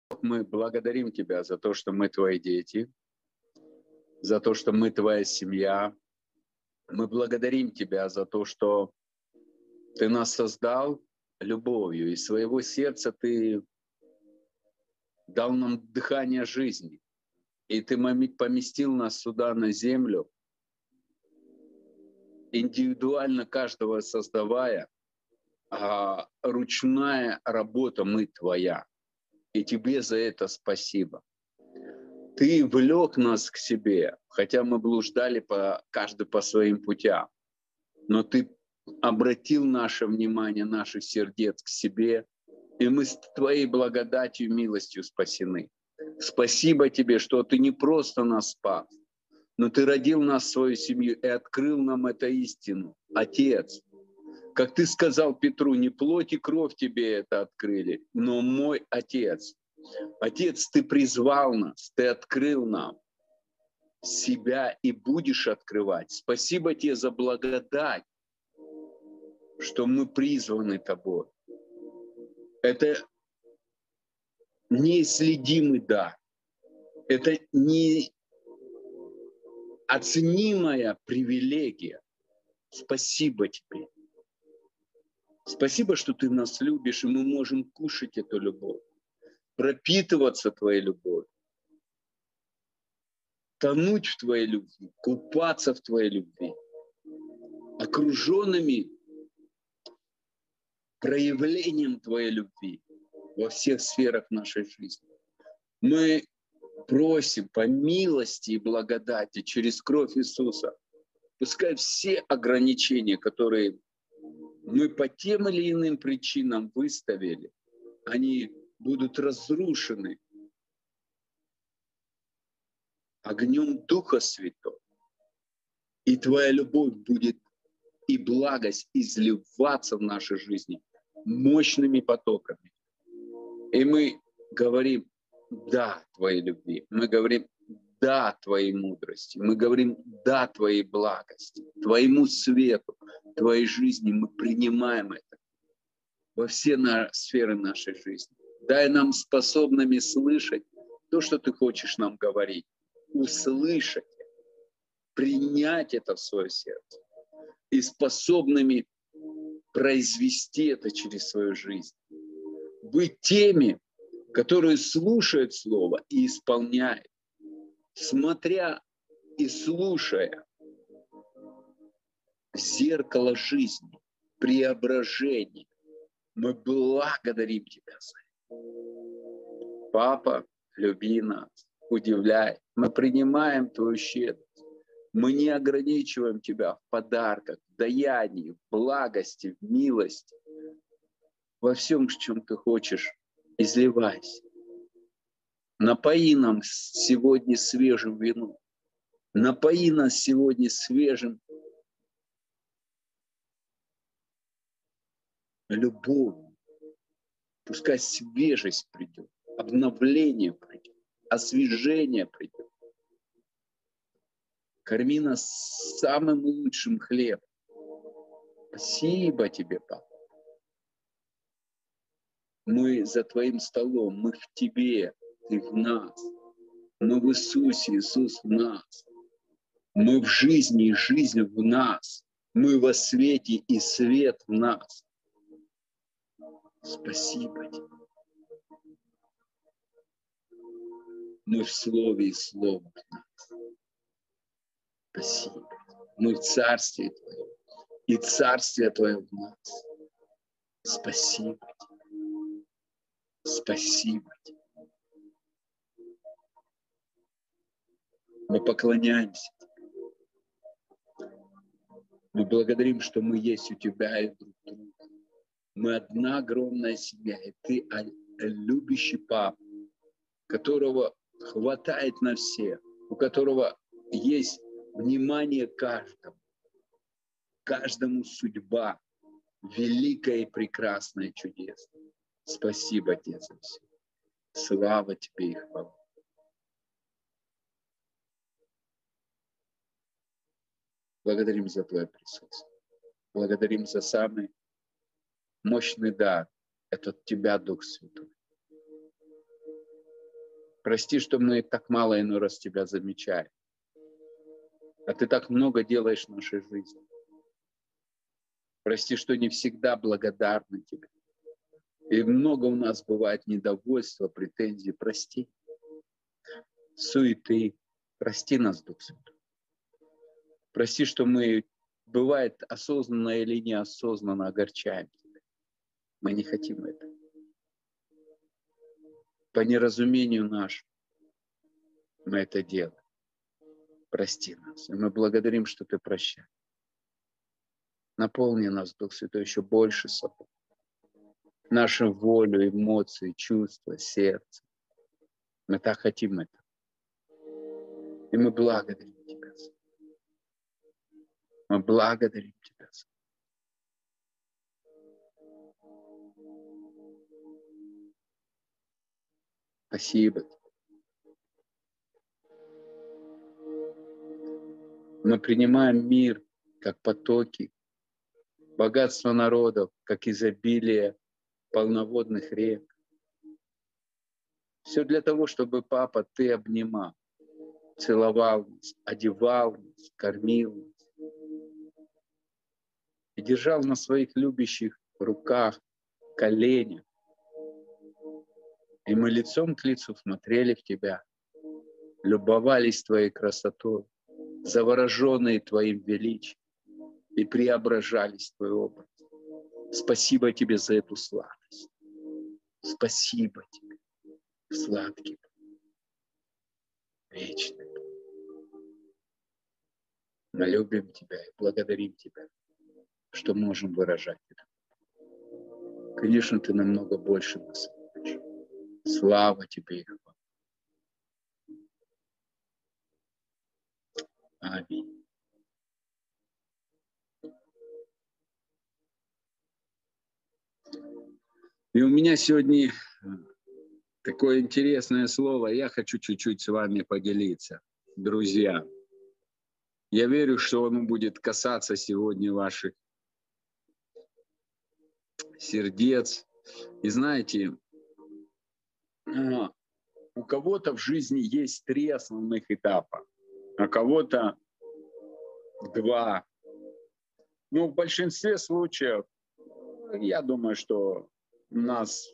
Мы благодарим Тебя за то, что мы Твои дети, за то, что мы Твоя семья. Мы благодарим Тебя за то, что Ты нас создал любовью, из своего сердца Ты дал нам дыхание жизни, и Ты поместил нас сюда, на землю, индивидуально каждого создавая, а ручная работа мы Твоя. И Тебе за это спасибо. Ты влек нас к себе, хотя мы блуждали каждый по своим путям. Но Ты обратил наше внимание, наших сердец к себе, и мы с Твоей благодатью и милостью спасены. Спасибо Тебе, что Ты не просто нас спас, но Ты родил нас в свою семью и открыл нам эту истину. Отец, как Ты сказал Петру, не плоть и кровь Тебе это открыли, но мой Отец. Отец, Ты призвал нас, Ты открыл нам себя и будешь открывать. Спасибо Тебе за благодать, что мы призваны Тобой. Это неисследимый дар. Это неоценимая привилегия. Спасибо Тебе. Спасибо, что Ты нас любишь, и мы можем кушать эту любовь, пропитываться Твоей любовью, тонуть в Твоей любви, купаться в Твоей любви, окруженными проявлением Твоей любви во всех сферах нашей жизни. Мы просим по милости и благодати через кровь Иисуса, пускай все ограничения, которые мы по тем или иным причинам выставили, они будут разрушены огнем Духа Святого. И Твоя любовь будет и благость изливаться в нашей жизни мощными потоками. И мы говорим «да» Твоей любви, мы говорим «да» Твоей мудрости, мы говорим «да» Твоей благости, Твоему свету, Твоей жизни. Мы принимаем это во все сферы нашей жизни. Дай нам способными слышать то, что Ты хочешь нам говорить, услышать, принять это в свое сердце и способными произвести это через свою жизнь. Быть теми, которые слушают Слово и исполняют, смотря и слушая зеркало жизни, преображение. Мы благодарим Тебя за это. Папа, люби нас, удивляй. Мы принимаем Твою щедрость. Мы не ограничиваем Тебя в подарках, в даянии, в благости, в милости. Во всем, в чем Ты хочешь, изливайся. Напои нам сегодня свежим вином. Напои нас сегодня свежим любовью. Пускай свежесть придет, обновление придет, освежение придет. Корми нас самым лучшим хлебом. Спасибо Тебе, Папа. Мы за Твоим столом, мы в Тебе, Ты в нас. Мы в Иисусе, Иисус в нас. Мы в жизни, и жизнь в нас. Мы во свете, и свет в нас. Спасибо Тебе. Мы в Слове, и Слово в нас. Спасибо. Мы в Царстве Твоем, и Царствие Твое в нас. Спасибо Тебе. Спасибо Тебе. Мы поклоняемся Тебе. Мы благодарим, что мы есть у Тебя и друг друга. Мы одна огромная семья, и Ты любящий Папа, которого хватает на всех, у которого есть внимание каждому судьба, великая и прекрасная, чудесная. Спасибо, Отец, за все. Слава Тебе и хвала. Благодарим за Твое присутствие. Благодарим за самый мощный дар. Это от Тебя, Дух Святой. Прости, что мы так мало иной раз Тебя замечаем. А Ты так много делаешь в нашей жизни. Прости, что не всегда благодарны Тебе. И много у нас бывает недовольства, претензий. Прости. Суеты. Прости нас, Дух Святой. Прости, что мы, бывает, осознанно или неосознанно огорчаем Тебя. Мы не хотим этого. По неразумению нашему мы это делаем. Прости нас. И мы благодарим, что Ты прощаешь. Наполни нас, Дух Святой, еще больше собой. Нашу волю, эмоции, чувства, сердце. Мы так хотим это. И мы благодарим Тебя. Мы благодарим Тебя. Спасибо. Мы принимаем мир как потоки, богатство народов, как изобилие полноводных рек. Все для того, чтобы, Папа, Ты обнимал, целовал нас, одевал нас, кормил нас. И держал на своих любящих руках, коленях. И мы лицом к лицу смотрели в Тебя, любовались Твоей красотой, завороженные Твоим величием, и преображались в Твой образ. Спасибо Тебе за эту сладость. Спасибо Тебе, сладкий, вечный. Мы любим Тебя и благодарим Тебя, что можем выражать это. Конечно, Ты намного больше нас любишь. Слава Тебе и хвала. Аминь. И у меня сегодня такое интересное слово. Я хочу чуть-чуть с вами поделиться, друзья. Я верю, что оно будет касаться сегодня ваших сердец. И знаете, у кого-то в жизни есть 3 основных этапа, а кого-то 2. Но в большинстве случаев, я думаю, что у нас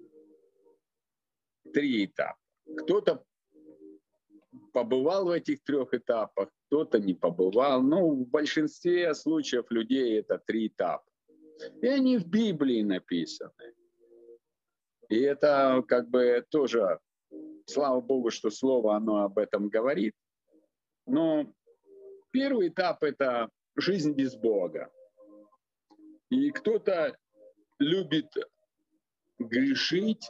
3 этапа. Кто-то побывал в этих 3 этапах, кто-то не побывал. Но в большинстве случаев людей это 3 этапа. И они в Библии написаны. И это как бы тоже, слава Богу, что Слово, оно об этом говорит. Но первый этап – это жизнь без Бога. И кто-то любит грешить,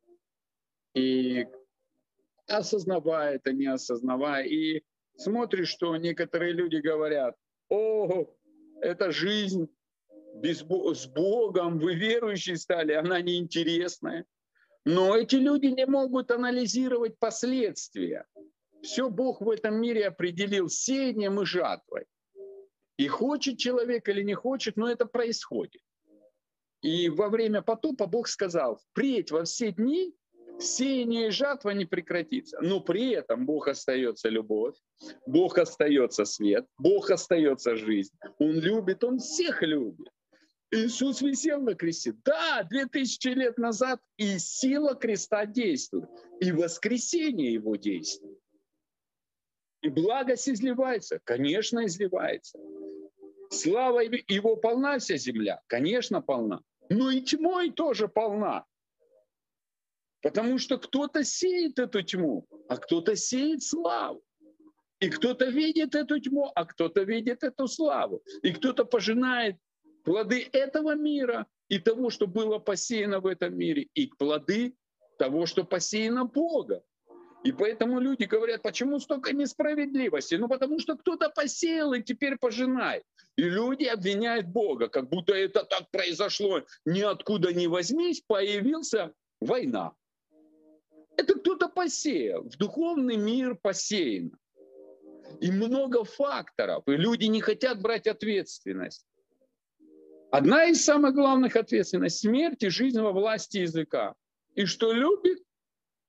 и осознавая это, не осознавая. И смотришь, что некоторые люди говорят: о, эта жизнь с Богом, вы верующие стали, она неинтересная. Но эти люди не могут анализировать последствия. Все Бог в этом мире определил сеянием и жатвой. И хочет человек или не хочет, но это происходит. И во время потопа Бог сказал: впредь во все дни сеяние и жатва не прекратится. Но при этом Бог остается любовь, Бог остается свет, Бог остается жизнь. Он любит, Он всех любит. Иисус висел на кресте. Да, 2000 лет назад и сила креста действует, и воскресение Его действует. И благость изливается? Конечно, изливается. Слава Его полна вся земля? Конечно, полна. Но и тьмой тоже полна. Потому что кто-то сеет эту тьму, а кто-то сеет славу. И кто-то видит эту тьму, а кто-то видит эту славу. И кто-то пожинает плоды этого мира и того, что было посеяно в этом мире, и плоды того, что посеяно Богом. И поэтому люди говорят: почему столько несправедливости? Ну, потому что кто-то посеял и теперь пожинает. И люди обвиняют Бога, как будто это так произошло. Ниоткуда ни возьмись, появился война. Это кто-то посеял. В духовный мир посеяно. И много факторов. И люди не хотят брать ответственность. Одна из самых главных ответственностей — смерть и жизнь во власти языка. И что любит,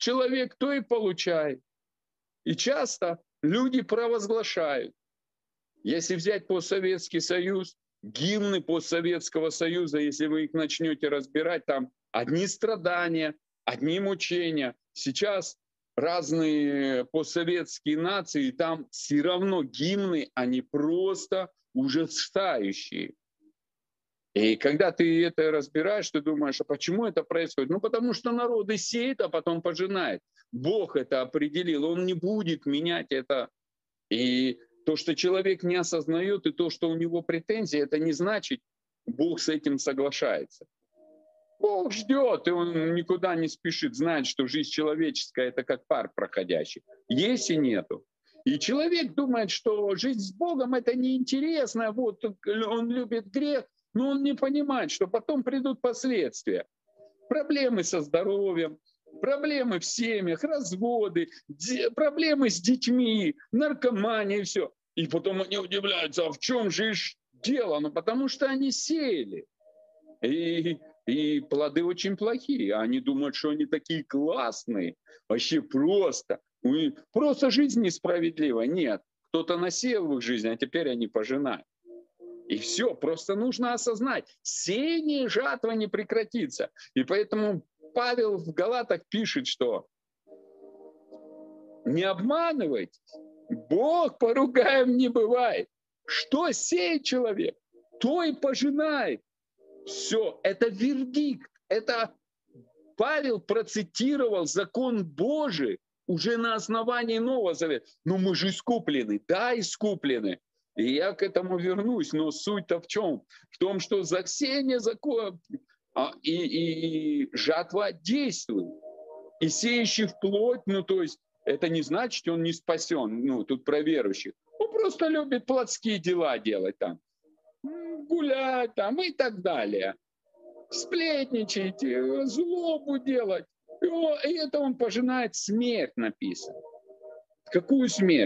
человек, то и получает. И часто люди провозглашают. Если взять постсоветский союз, гимны постсоветского союза, если вы их начнете разбирать, там одни страдания, одни мучения. Сейчас разные постсоветские нации, там все равно гимны, они просто ужасающие. И когда ты это разбираешь, ты думаешь, а почему это происходит? Ну, потому что народы сеет, а потом пожинает. Бог это определил, Он не будет менять это. И то, что человек не осознает, и то, что у него претензии, это не значит, Бог с этим соглашается. Бог ждет, и Он никуда не спешит, знает, что жизнь человеческая — это как пар проходящий. Есть и нету. И человек думает, что жизнь с Богом — это неинтересно, вот он любит грех, но он не понимает, что потом придут последствия. Проблемы со здоровьем, проблемы в семьях, разводы, проблемы с детьми, наркомания и все. И потом они удивляются, а в чем же дело? Ну потому что они сеяли. И плоды очень плохие. Они думают, что они такие классные. Вообще просто. Просто жизнь несправедлива. Нет. Кто-то насеял в их жизнь, а теперь они пожинают. И все, просто нужно осознать, сеяние и жатва не прекратится. И поэтому Павел в Галатах пишет, что не обманывайтесь, Бог поругаем не бывает. Что сеет человек, то и пожинает. Все, это вердикт, это Павел процитировал закон Божий уже на основании Нового Завета. Но мы же искуплены, да, искуплены. И я к этому вернусь, но суть-то в чем? В том, что сеяние закон и жатва действует. И сеющий в плоть, ну то есть это не значит, что он не спасен, ну тут про верующих. Он просто любит плотские дела делать там, гулять там и так далее. Сплетничать, злобу делать. И это он пожинает смерть, написано. Какую смерть?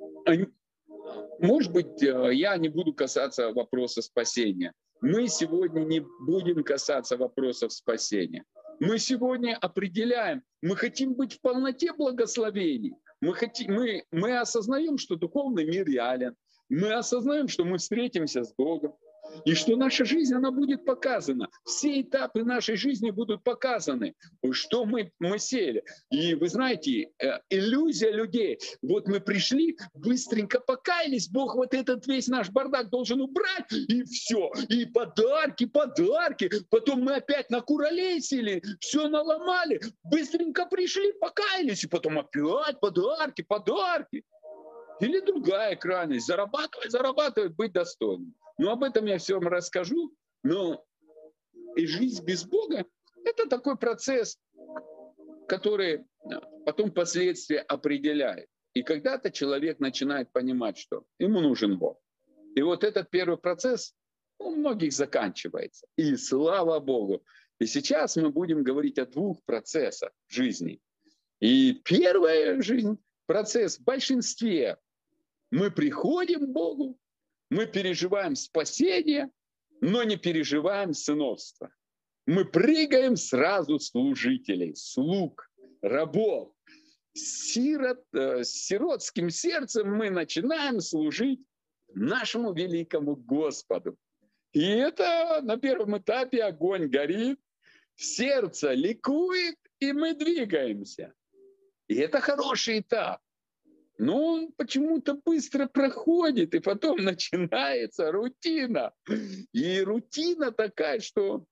Может быть, я не буду касаться вопроса спасения. Мы сегодня не будем касаться вопросов спасения. Мы сегодня определяем, мы хотим быть в полноте благословений. Мы осознаем, что духовный мир реален. Мы осознаем, что мы встретимся с Богом. И что наша жизнь, она будет показана. Все этапы нашей жизни будут показаны, что мы сеяли. И вы знаете, иллюзия людей. Вот мы пришли, быстренько покаялись, Бог вот этот весь наш бардак должен убрать, и все. И подарки. Потом мы опять накуролесили, все наломали, быстренько пришли, покаялись, и потом опять подарки. Или другая крайность. Зарабатывать, быть достойным. Но об этом я все вам расскажу. Но и жизнь без Бога — это такой процесс, который потом последствия определяет. И когда-то человек начинает понимать, что ему нужен Бог. И вот этот первый процесс у многих заканчивается. И слава Богу. И сейчас мы будем говорить о двух процессах жизни. И первая жизнь, процесс в большинстве. Мы приходим к Богу, мы переживаем спасение, но не переживаем сыновство. Мы прыгаем сразу служителей, слуг, рабов. С сиротским сердцем мы начинаем служить нашему великому Господу. И это на первом этапе огонь горит, сердце ликует, и мы двигаемся. И это хороший этап. Но он почему-то быстро проходит, и потом начинается рутина. И рутина такая, что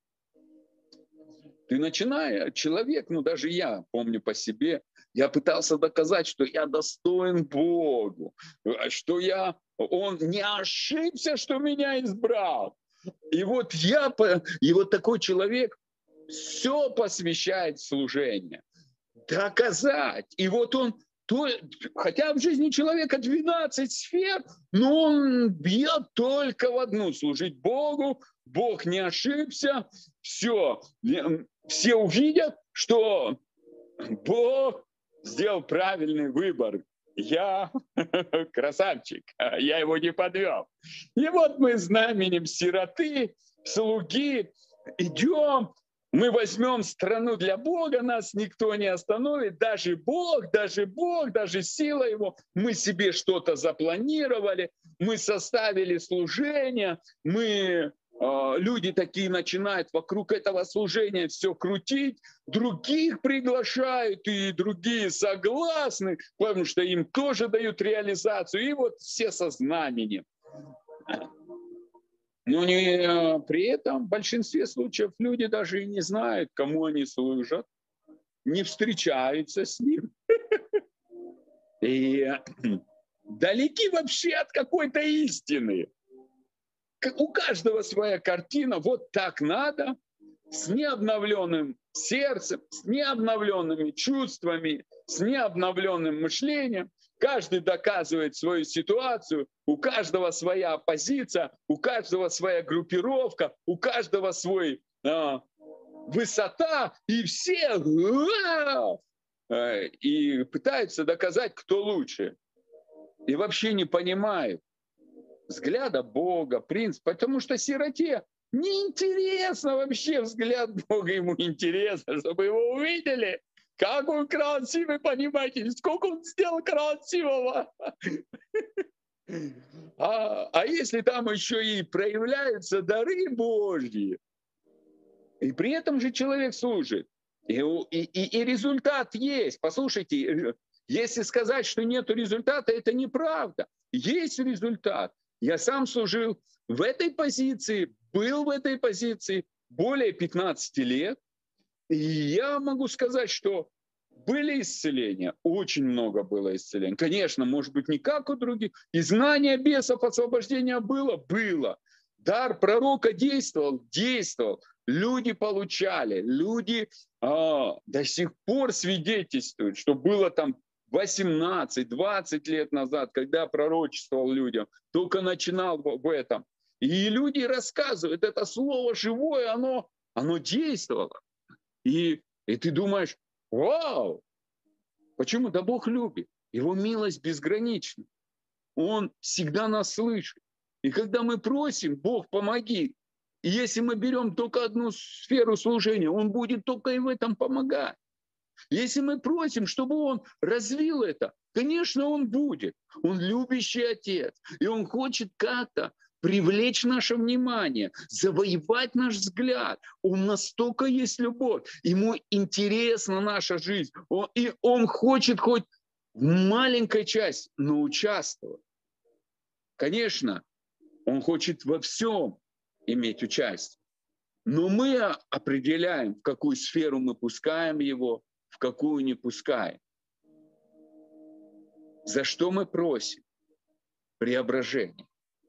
ты начинаешь, человек, ну даже я помню по себе, я пытался доказать, что я достоин Богу, что он не ошибся, что меня избрал. И вот такой человек все посвящает служению. Доказать. И вот он, хотя в жизни человека 12 сфер, но он бьет только в одну — служить Богу. Бог не ошибся. Все увидят, что Бог сделал правильный выбор. Я красавчик, я его не подвел. И вот мы знаменем сироты, слуги идем, Мы возьмем страну для Бога, нас никто не остановит, даже Бог, даже сила Его. Мы себе что-то запланировали, мы составили служение, люди такие начинают вокруг этого служения все крутить, других приглашают, и другие согласны, потому что им тоже дают реализацию, и вот все со знаменем. Но при этом в большинстве случаев люди даже и не знают, кому они служат, не встречаются с ним. И далеки вообще от какой-то истины. У каждого своя картина, вот так надо, с необновленным сердцем, с необновленными чувствами, с необновленным мышлением. Каждый доказывает свою ситуацию, у каждого своя позиция, у каждого своя группировка, у каждого свой высота, и все и пытаются доказать, кто лучше. И вообще не понимают взгляда Бога, принципа, потому что сироте неинтересно вообще взгляд Бога, ему интересно, чтобы его увидели. Как он красивый, понимаете, сколько он сделал красивого. А если там еще и проявляются дары Божьи, и при этом же человек служит, и результат есть. Послушайте, если сказать, что нет результата, это неправда. Есть результат. Я сам служил в этой позиции, был в этой позиции более 15 лет. И я могу сказать, что были исцеления, очень много было исцелений. Конечно, может быть, не как у других. Изгнание бесов, освобождение было. Дар пророка действовал. Люди получали, люди до сих пор свидетельствуют, что было там 18-20 лет назад, когда пророчествовал людям, только начинал в этом. И люди рассказывают, это слово живое, оно действовало. И ты думаешь, вау, почему? Да Бог любит, Его милость безгранична. Он всегда нас слышит. И когда мы просим, Бог, помоги, и если мы берем только одну сферу служения, Он будет только и в этом помогать. Если мы просим, чтобы Он развил это, конечно, Он будет. Он любящий Отец. И Он хочет как-то привлечь наше внимание, завоевать наш взгляд. Он настолько есть любовь. Ему интересна наша жизнь. И Он хочет хоть в маленькой части, но участвовать. Конечно, Он хочет во всем иметь участие. Но мы определяем, в какую сферу мы пускаем Его, в какую не пускаем. За что мы просим? Преображение.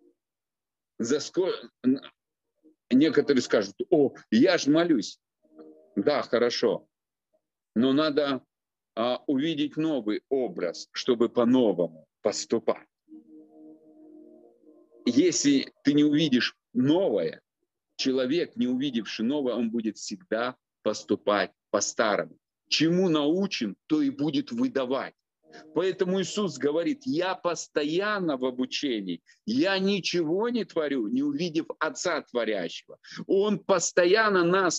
Некоторые скажут, я же молюсь. Да, хорошо. Но надо увидеть новый образ, чтобы по-новому поступать. Если ты не увидишь новое, человек, не увидевший новое, он будет всегда поступать по-старому. Чему научен, то и будет выдавать. Поэтому Иисус говорит, я постоянно в обучении, я ничего не творю, не увидев Отца Творящего. Он постоянно нас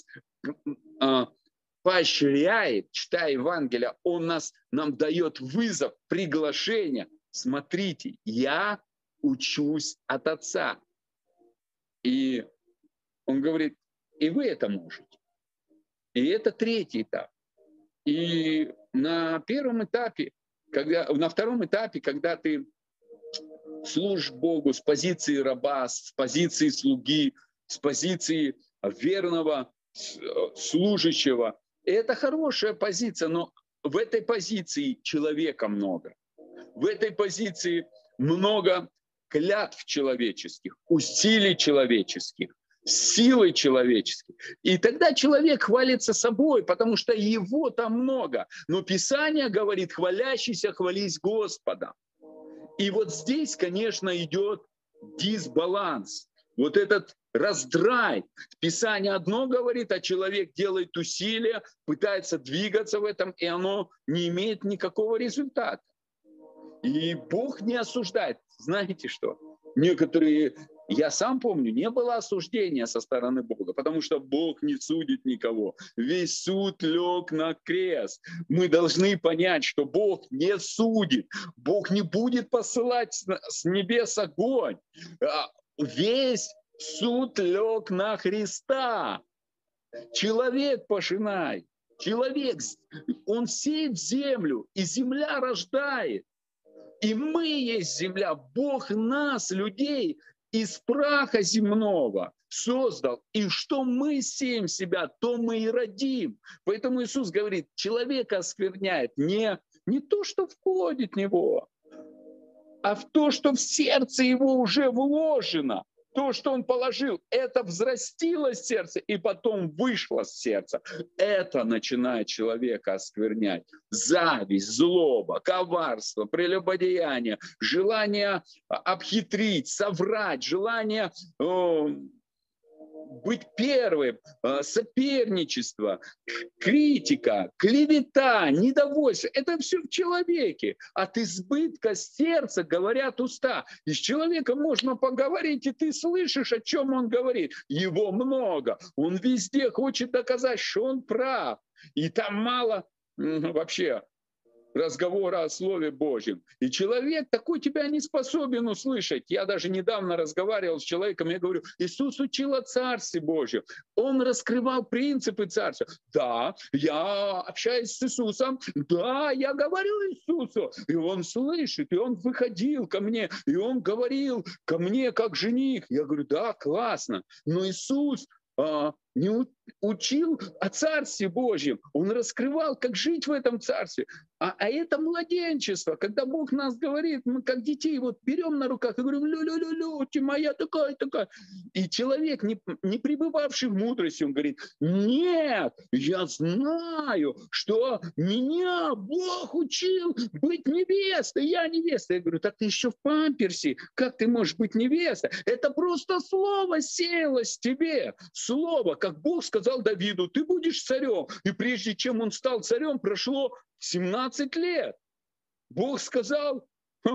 поощряет, читая Евангелие, Он нам дает вызов, приглашение. Смотрите, я учусь от Отца. И Он говорит, и вы это можете. И это третий этап. И на втором этапе, когда ты служишь Богу с позиции раба, с позиции слуги, с позиции верного служащего, это хорошая позиция, но в этой позиции человека много. В этой позиции много клятв человеческих, усилий человеческих, силы человеческой. И тогда человек хвалится собой, потому что его там много. Но Писание говорит, хвалящийся хвались Господом. И вот здесь, конечно, идет дисбаланс. Вот этот раздрай. Писание одно говорит, а человек делает усилия, пытается двигаться в этом, и оно не имеет никакого результата. И Бог не осуждает. Знаете что? Некоторые Я сам помню, не было осуждения со стороны Бога, потому что Бог не судит никого. Весь суд лег на крест. Мы должны понять, что Бог не судит. Бог не будет посылать с небес огонь. Весь суд лег на Христа. Человек пожинай. Человек, он сеет в землю, и земля рождает. И мы есть земля. Бог нас, людей, из праха земного создал. И что мы сеем себя, то мы и родим. Поэтому Иисус говорит, человека оскверняет не то, что входит в него, а в то, что в сердце его уже вложено. То, что он положил, это взрастило сердце и потом вышло с сердца. Это начинает человека осквернять. Зависть, злоба, коварство, прелюбодеяние, желание обхитрить, соврать, желание быть первым, соперничество, критика, клевета, недовольство. Это все в человеке. От избытка сердца говорят уста. И с человеком можно поговорить, и ты слышишь, о чем он говорит. Его много. Он везде хочет доказать, что он прав. И там мало вообще разговора о Слове Божьем. И человек такой тебя не способен услышать. Я даже недавно разговаривал с человеком, я говорю, Иисус учил о Царстве Божьем. Он раскрывал принципы Царства. Да, я общаюсь с Иисусом, да, я говорю Иисусу. И он слышит, и он выходил ко мне, и он говорил ко мне как жених. Я говорю, да, классно. Но Иисус не учил о Царстве Божьем. Он раскрывал, как жить в этом Царстве. А это младенчество, когда Бог нас говорит, мы как детей вот берем на руках и говорим, лю-лю-лю-лю, ты моя такая-такая. И человек, не пребывавший в мудрости, он говорит, нет, я знаю, что меня Бог учил быть невестой, я невеста. Я говорю, так ты еще в памперсе, как ты можешь быть невестой? Это просто слово сеялось тебе, слово, как Бог сказал Давиду, ты будешь царем. И прежде чем он стал царем, прошло 17 лет. Бог сказал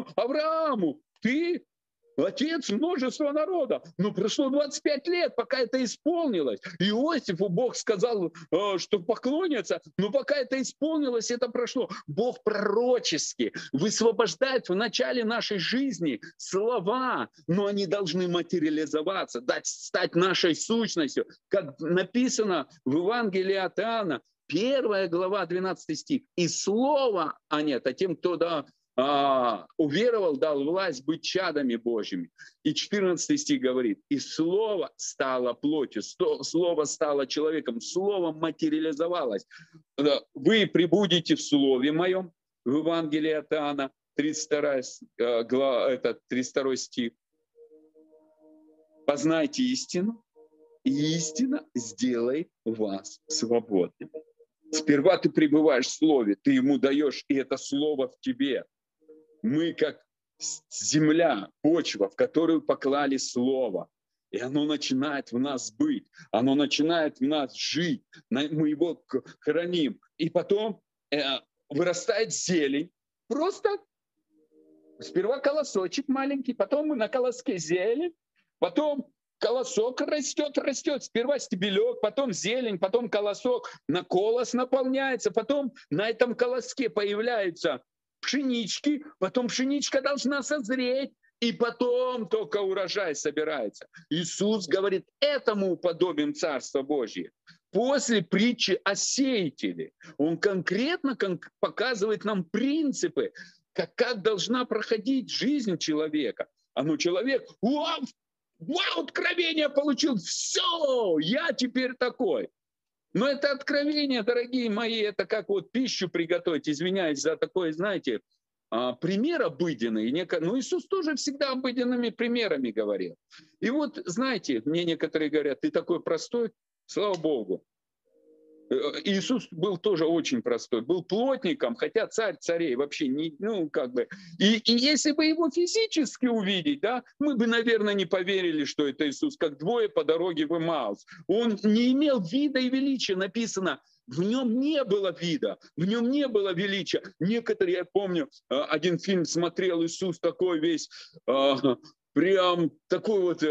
Аврааму, ты отец множества народа. Но прошло 25 лет, пока это исполнилось. Иосифу Бог сказал, что поклонятся, но пока это исполнилось, это прошло. Бог пророчески высвобождает в начале нашей жизни слова, но они должны материализоваться, стать нашей сущностью. Как написано в Евангелии от Иоанна, 1 глава, 12 стих. И слово, нет, а тем, кто уверовал, дал власть быть чадами Божьими. И 14 стих говорит, и Слово стало плотью, Слово стало человеком, Слово материализовалось. Вы пребудете в Слове Моем, в Евангелии от Иоанна, 32 глава, это 32 стих. Познайте истину, и истина сделает вас свободными. Сперва ты пребываешь в Слове, ты ему даешь, и это Слово в тебе. Мы как земля, почва, в которую поклали Слово. И оно начинает в нас быть, оно начинает в нас жить. Мы его храним. И потом вырастает зелень. Просто сперва колосочек маленький, потом на колоске зелень, потом колосок растет. Сперва стебелек, потом зелень, потом колосок. На колос наполняется, потом на этом колоске появляются пшенички, потом пшеничка должна созреть, и потом только урожай собирается. Иисус говорит, этому уподобим Царство Божье. После притчи о сеятеле он конкретно показывает нам принципы, как должна проходить жизнь человека. Человек, вау, откровение получил, все, я теперь такой. Но это откровение, дорогие мои, это как вот пищу приготовить, извиняюсь за такой, знаете, пример обыденный. Ну, Иисус тоже всегда обыденными примерами говорил. И вот, знаете, мне некоторые говорят, ты такой простой, слава Богу. Иисус был тоже очень простой, был плотником, хотя царь царей вообще не, И если бы его физически увидеть, да, мы бы, наверное, не поверили, что это Иисус, как двое по дороге в Эмаус. Он не имел вида и величия, написано, в нем не было вида, в нем не было величия. Некоторые, я помню, один фильм смотрел, Иисус такой весь прям такой вот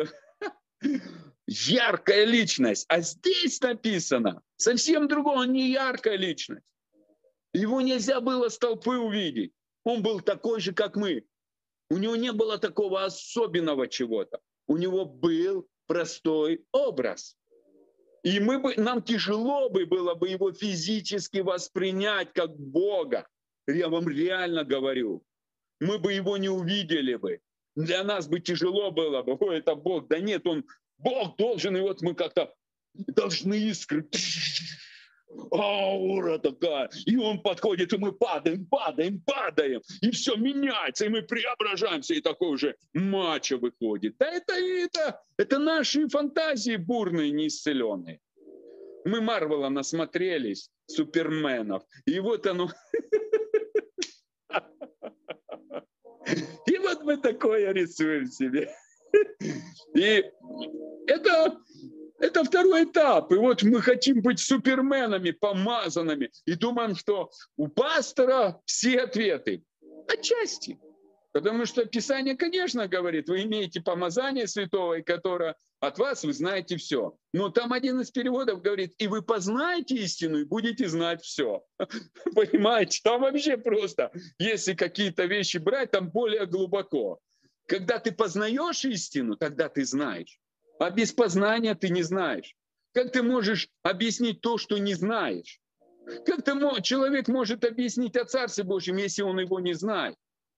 яркая личность. А здесь написано совсем другое, он не яркая личность. Его нельзя было с толпы увидеть. Он был такой же, как мы. У него не было такого особенного чего-то. У него был простой образ. И нам тяжело было бы его физически воспринять как Бога. Я вам реально говорю. Мы бы его не увидели бы. Для нас бы тяжело было бы. Ой, это Бог. Да нет, он Бог должен. И вот мы как-то должны искры. Аура такая. И он подходит, и мы падаем. И все меняется, и мы преображаемся. И такой уже мачо выходит. Да это наши фантазии бурные, неисцеленные. Мы Марвела насмотрелись, суперменов. И вот оно... И вот мы такое рисуем себе. И это второй этап. И вот мы хотим быть суперменами, помазанными. И думаем, что у пастора все ответы. Отчасти. Потому что Писание, конечно, говорит, вы имеете помазание святого, и которое от вас вы знаете все. Но там один из переводов говорит, и вы познаете истину, и будете знать все. Понимаете, там вообще просто, если какие-то вещи брать, там более глубоко. Когда ты познаешь истину, тогда ты знаешь. А без познания ты не знаешь. Как ты можешь объяснить то, что не знаешь? Как человек может объяснить о Царстве Божьем, если он его не знает?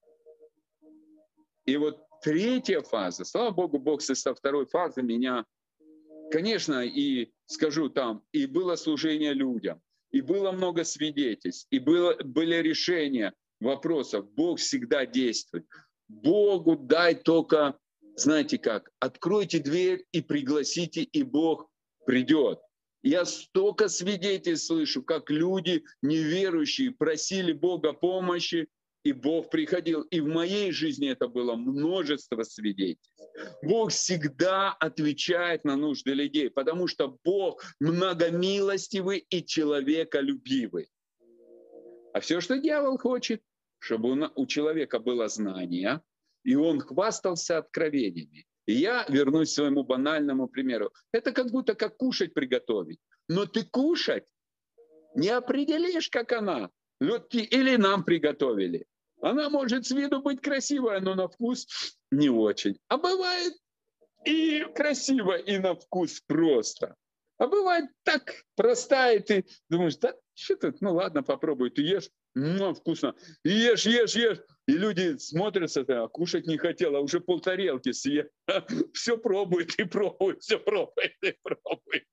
И вот третья фаза, слава Богу, Бог со второй фазы меня, конечно, и скажу там, и было служение людям, и было много свидетельств, и были решения вопросов. Бог всегда действует. Богу дай только, знаете как, откройте дверь и пригласите, и Бог придет. Я столько свидетельств слышу, как люди неверующие просили Бога помощи, и Бог приходил. И в моей жизни это было множество свидетельств. Бог всегда отвечает на нужды людей, потому что Бог многомилостивый и человеколюбивый. А все, что дьявол хочет, чтобы у человека было знание, и он хвастался откровениями. И я вернусь к своему банальному примеру. Это как будто как кушать приготовить. Но ты кушать не определишь, как она. Или нам приготовили. Она может с виду быть красивая, но на вкус не очень. А бывает и красиво, и на вкус просто. А бывает так простая, и ты думаешь, да что тут, ну ладно, попробуй. Ты ешь, вкусно. И ешь. И люди смотрят, а кушать не хотел, а уже полтарелки съел. Все пробует и пробует, все пробует и пробует.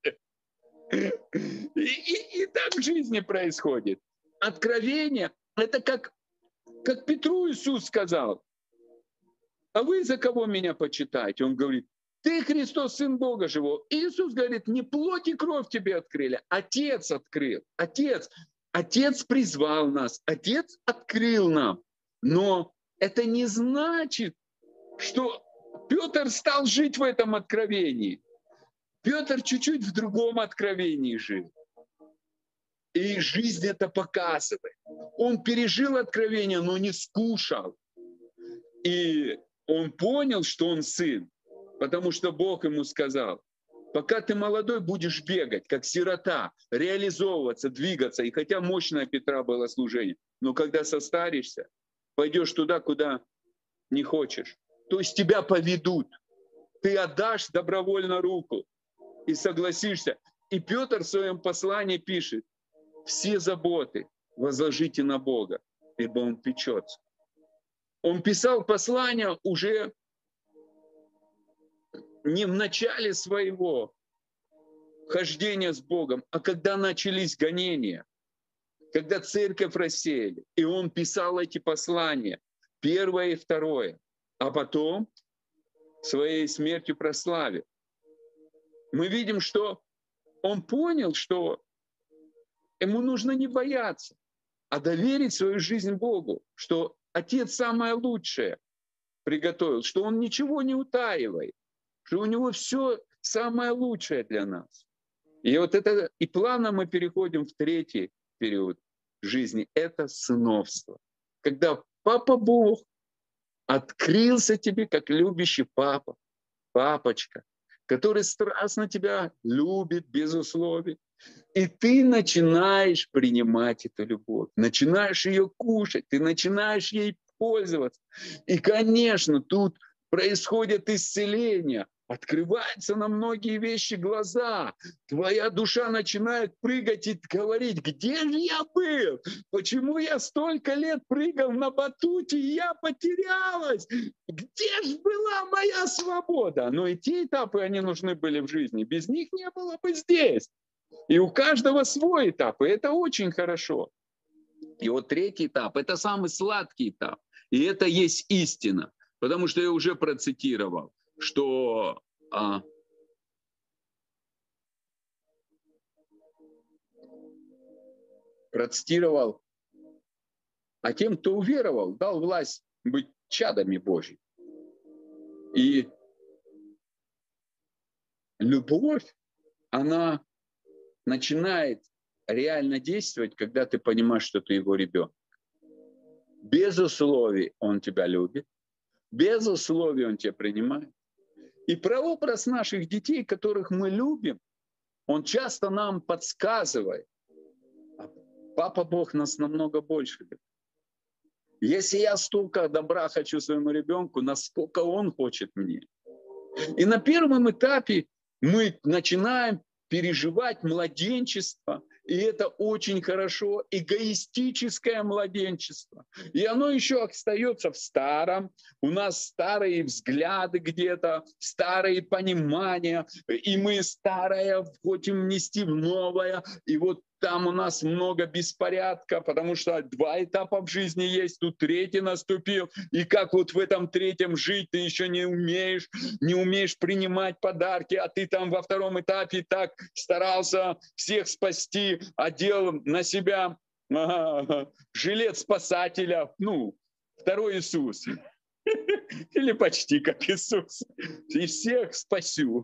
И так в жизни происходит. Откровение – это как Петру Иисус сказал, а вы за кого меня почитаете? Он говорит, ты Христос, Сын Бога Живого. И Иисус говорит, не плоть и кровь тебе открыли, Отец открыл. Отец призвал нас, Отец открыл нам. Но это не значит, что Петр стал жить в этом откровении. Петр чуть-чуть в другом откровении жил. И жизнь это показывает. Он пережил откровение, но не скушал. И он понял, что он сын, потому что Бог ему сказал, пока ты молодой, будешь бегать, как сирота, реализовываться, двигаться. И хотя мощное Петра было служение, но когда состаришься, пойдешь туда, куда не хочешь. То есть тебя поведут. Ты отдашь добровольно руку и согласишься. И Петр в своем послании пишет, все заботы возложите на Бога, ибо Он печется. Он писал послание уже не в начале своего хождения с Богом, а когда начались гонения, когда церковь рассеяли. И он писал эти послания, первое и второе, а потом своей смертью прославил. Мы видим, что он понял, что ему нужно не бояться, а доверить свою жизнь Богу, что Отец самое лучшее приготовил, что Он ничего не утаивает, что у Него все самое лучшее для нас. И вот это, и плавно мы переходим в третий период жизни, это сыновство. Когда Папа Бог открылся тебе как любящий папа, папочка, который страстно тебя любит без условий. И ты начинаешь принимать эту любовь, начинаешь ее кушать, ты начинаешь ей пользоваться. И, конечно, тут происходит исцеление, открываются на многие вещи глаза. Твоя душа начинает прыгать и говорить: где же я был? Почему я столько лет прыгал на батуте, и я потерялась? Где же была моя свобода? Но и те этапы, они нужны были в жизни. Без них не было бы здесь. И у каждого свой этап, и это очень хорошо. И вот третий этап – это самый сладкий этап. И это есть истина. Потому что я уже процитировал, что а тем, кто уверовал, дал власть быть чадами Божьими. И любовь, она начинает реально действовать, когда ты понимаешь, что ты его ребенок. Без условий он тебя любит, без условий он тебя принимает. И прообраз наших детей, которых мы любим, он часто нам подсказывает: папа Бог нас намного больше любит. Если я столько добра хочу своему ребенку, насколько он хочет мне. И на первом этапе мы начинаем переживать младенчество, и это очень хорошо, эгоистическое младенчество. И оно еще остается в старом, у нас старые взгляды где-то, старые понимания, и мы старое хотим внести в новое, и вот там у нас много беспорядка, потому что 2 этапа в жизни есть, тут 3-й наступил. И как вот в этом 3-м жить, ты еще не умеешь принимать подарки, а ты там во 2-м этапе так старался всех спасти, одел на себя жилет спасателя, 2-й Иисус. Или почти как Иисус. И всех спасю.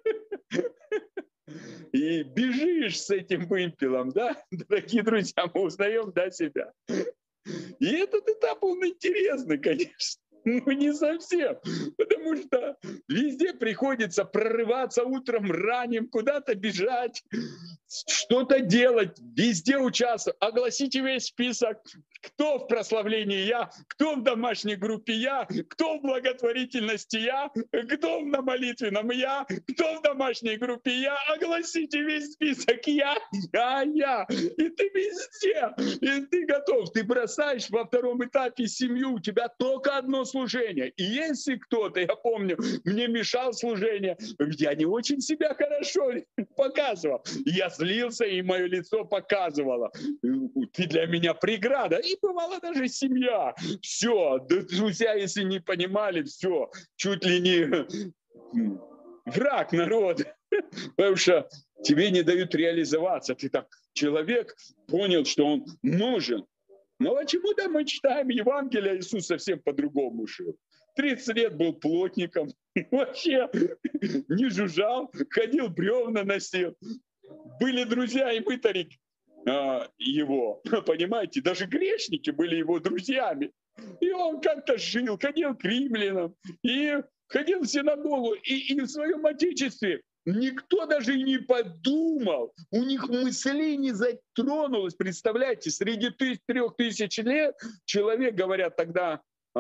И бежишь с этим вымпелом, да, дорогие друзья, мы узнаем, да, себя. И этот этап, он интересный, конечно. Не совсем, потому что везде приходится прорываться утром ранним, куда-то бежать, что-то делать, везде участвовать. Огласите весь список, кто в прославлении я, кто в домашней группе я, кто в благотворительности я, кто на молитвенном я, кто в домашней группе я. Огласите весь список я. И ты везде, и ты готов. Ты бросаешь во 2-м этапе семью, у тебя только одно служение. И если кто-то, я помню, мне мешал служение, я не очень себя хорошо показывал. Я злился, и мое лицо показывало: ты для меня преграда. И бывала даже семья. Все, друзья, если не понимали, все, чуть ли не враг народа. Потому что тебе не дают реализоваться. Ты так, человек понял, что он нужен. Но почему-то мы читаем Евангелие, Иисус совсем по-другому жил. 30 лет был плотником, вообще не жужжал, ходил, бревна носил. Были друзья и мытари его, понимаете, даже грешники были его друзьями. И он как-то жил, ходил к римлянам, и ходил в синагогу, и в своем отечестве никто даже и не подумал, у них мыслей не затронулось. Представляете, среди 3000 лет человек, говорят, тогда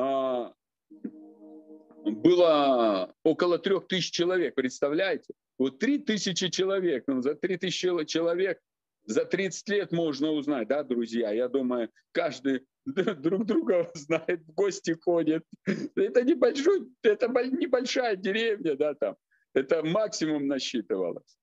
было около 3000 человек, представляете? Вот 3000 человек, за 3000 человек за 30 лет можно узнать, да, друзья? Я думаю, каждый друг друга знает, в гости ходит. Это небольшая деревня, да, там. Это максимум насчитывалось.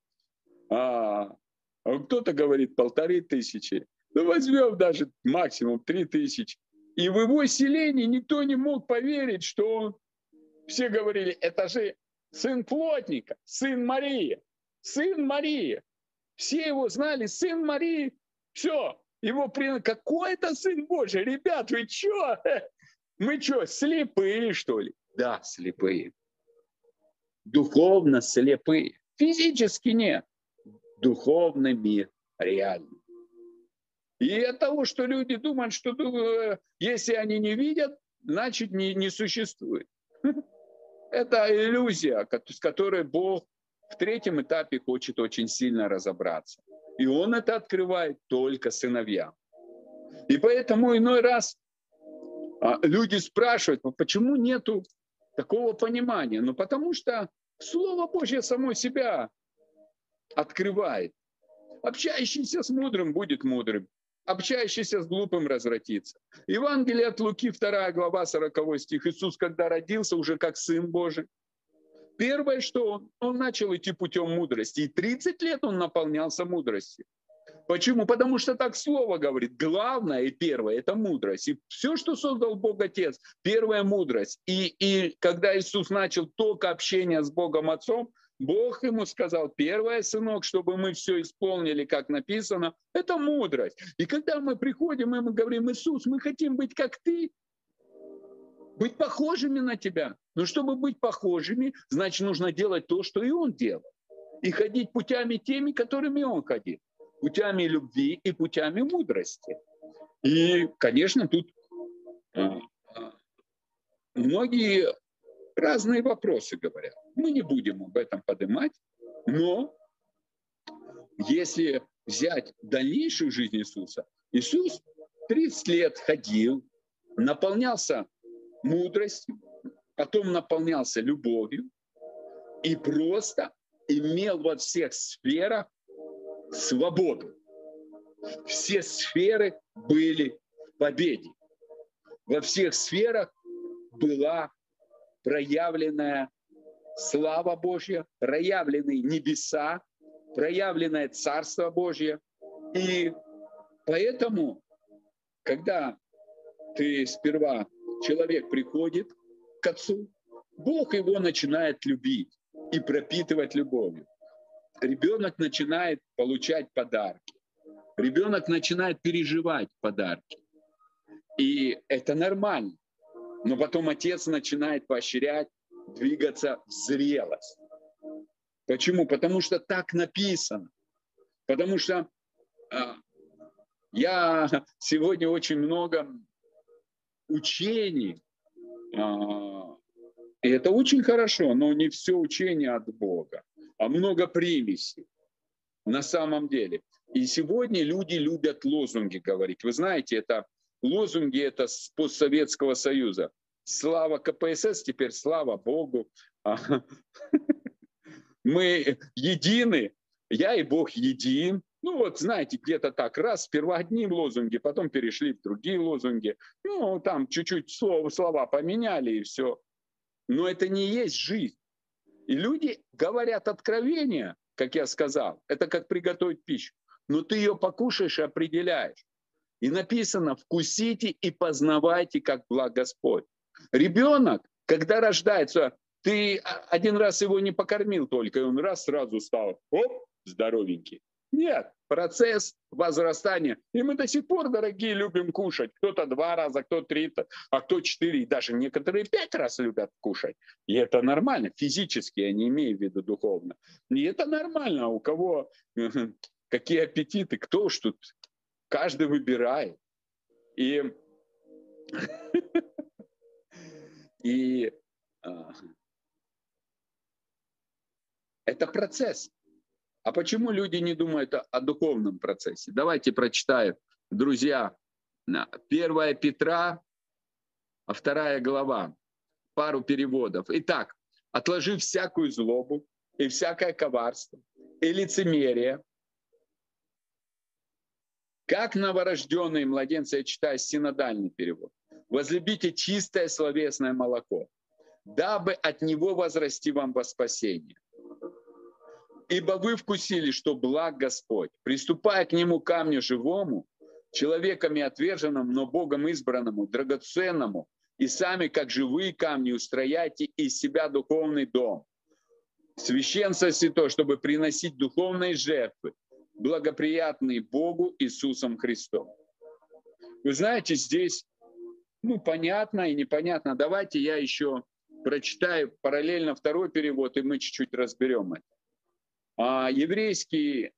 Кто-то говорит 1500. Ну, возьмем даже максимум 3000. И в его селении никто не мог поверить, что он... Все говорили, это же сын плотника, сын Марии, сын Марии. Все его знали, сын Марии. Все, его приняли. Какой это сын Божий? Ребят, вы что? Мы что, слепые, что ли? Да, слепые. Духовно слепые. Физически нет. Духовный мир реальный. И от того, что люди думают, что если они не видят, значит не существует. Это иллюзия, с которой Бог в третьем этапе хочет очень сильно разобраться. И Он это открывает только сыновьям. И поэтому иной раз люди спрашивают, почему нету такого понимания? Ну, потому что Слово Божье само себя открывает. Общающийся с мудрым будет мудрым, общающийся с глупым развратится. Евангелие от Луки, 2 глава, 40 стих. Иисус, когда родился, уже как Сын Божий, первое, что он начал идти путем мудрости. И 30 лет он наполнялся мудростью. Почему? Потому что так Слово говорит. Главное и первое – это мудрость. И все, что создал Бог Отец, первая мудрость. И когда Иисус начал только общение с Богом Отцом, Бог ему сказал: первое, сынок, чтобы мы все исполнили, как написано, это мудрость. И когда мы приходим, и мы говорим: Иисус, мы хотим быть как Ты, быть похожими на Тебя. Но чтобы быть похожими, значит, нужно делать то, что и Он делал. И ходить путями теми, которыми Он ходил. Путями любви и путями мудрости. И, конечно, тут многие разные вопросы говорят. Мы не будем об этом поднимать, но если взять дальнейшую жизнь Иисуса, Иисус 30 лет ходил, наполнялся мудростью, потом наполнялся любовью и просто имел во всех сферах свободу. Все сферы были в победе. Во всех сферах была проявленная слава Божья, проявлены небеса, проявленное Царство Божье. И поэтому, когда сперва человек приходит к Отцу, Бог его начинает любить и пропитывать любовью. Ребенок начинает получать подарки. Ребенок начинает переживать подарки. И это нормально. Но потом отец начинает поощрять, двигаться в зрелость. Почему? Потому что так написано. Потому что я сегодня очень много учений, и это очень хорошо, но не все учение от Бога, а много примесей на самом деле. И сегодня люди любят лозунги говорить. Вы знаете, это лозунги это с постсоветского союза. Слава КПСС, теперь слава Богу. Мы едины, я и Бог един. Ну вот, знаете, где-то так, раз, сперва одни лозунги, потом перешли в другие лозунги. Ну, там чуть-чуть слова поменяли и все. Но это не есть жизнь. И люди говорят откровения, как я сказал, это как приготовить пищу. Но ты ее покушаешь и определяешь. И написано: вкусите и познавайте, как благ Господь. Ребенок, когда рождается, ты один раз его не покормил только, и он раз сразу стал, оп, здоровенький. Нет, процесс возрастания. И мы до сих пор, дорогие, любим кушать. Кто-то 2 раза, кто 3, а кто 4, и даже некоторые 5 раз любят кушать. И это нормально, физически, я не имею в виду духовно. И это нормально, у кого какие аппетиты, кто уж тут, каждый выбирает. И это процесс. А почему люди не думают о духовном процессе? Давайте прочитаю, друзья, 1 Петра, 2 глава, пару переводов. Итак, отложив всякую злобу и всякое коварство и лицемерие, как новорожденные младенцы, я читаю синодальный перевод, возлюбите чистое словесное молоко, дабы от него возрасти вам во спасение. Ибо вы вкусили, что благ Господь, приступая к нему камню живому, человеками отверженному, но Богом избранному, драгоценному, и сами, как живые камни, устрояйте из себя духовный дом, священство святое, чтобы приносить духовные жертвы, благоприятные Богу Иисусом Христом. Вы знаете, здесь понятно и непонятно. Давайте я еще прочитаю параллельно второй перевод, и мы чуть-чуть разберем это. Еврейский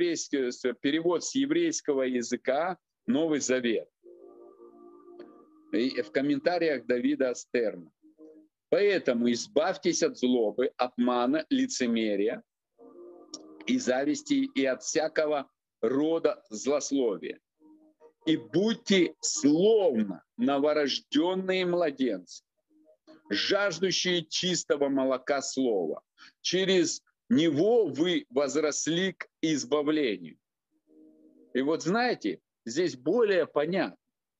перевод с еврейского языка, Новый Завет. И в комментариях Давида Стерна. Поэтому избавьтесь от злобы, обмана, лицемерия и зависти, и от всякого рода злословия. И будьте словно новорожденные младенцы, жаждущие чистого молока слова. Через него вы возросли к избавлению. И вот знаете, здесь более понятно.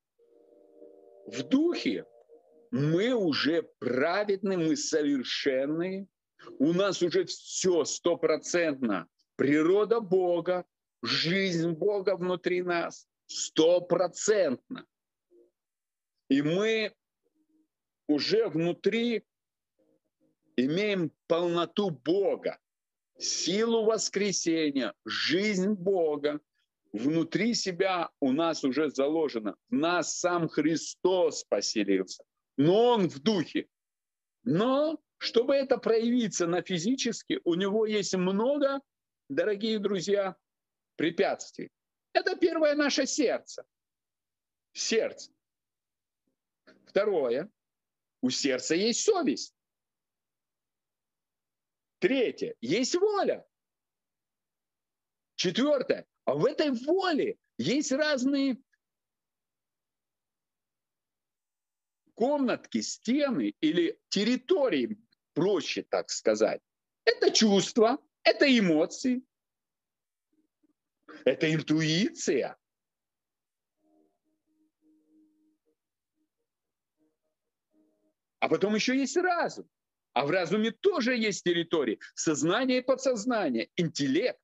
В духе мы уже праведны, мы совершенные, у нас уже все стопроцентно. Природа Бога, жизнь Бога внутри нас стопроцентно. И мы уже внутри имеем полноту Бога, силу воскресения, жизнь Бога. Внутри себя у нас уже заложено. В нас сам Христос поселился. Но Он в духе. Но чтобы это проявиться на физически, у него есть много, дорогие друзья, препятствий. Это первое наше сердце. Сердце. Второе. У сердца есть совесть. Третье. Есть воля. Четвертое. А в этой воле есть разные комнатки, стены или территории, проще так сказать. Это чувства, это эмоции, это интуиция. А потом еще есть разум. А в разуме тоже есть территории. Сознание и подсознание, интеллект.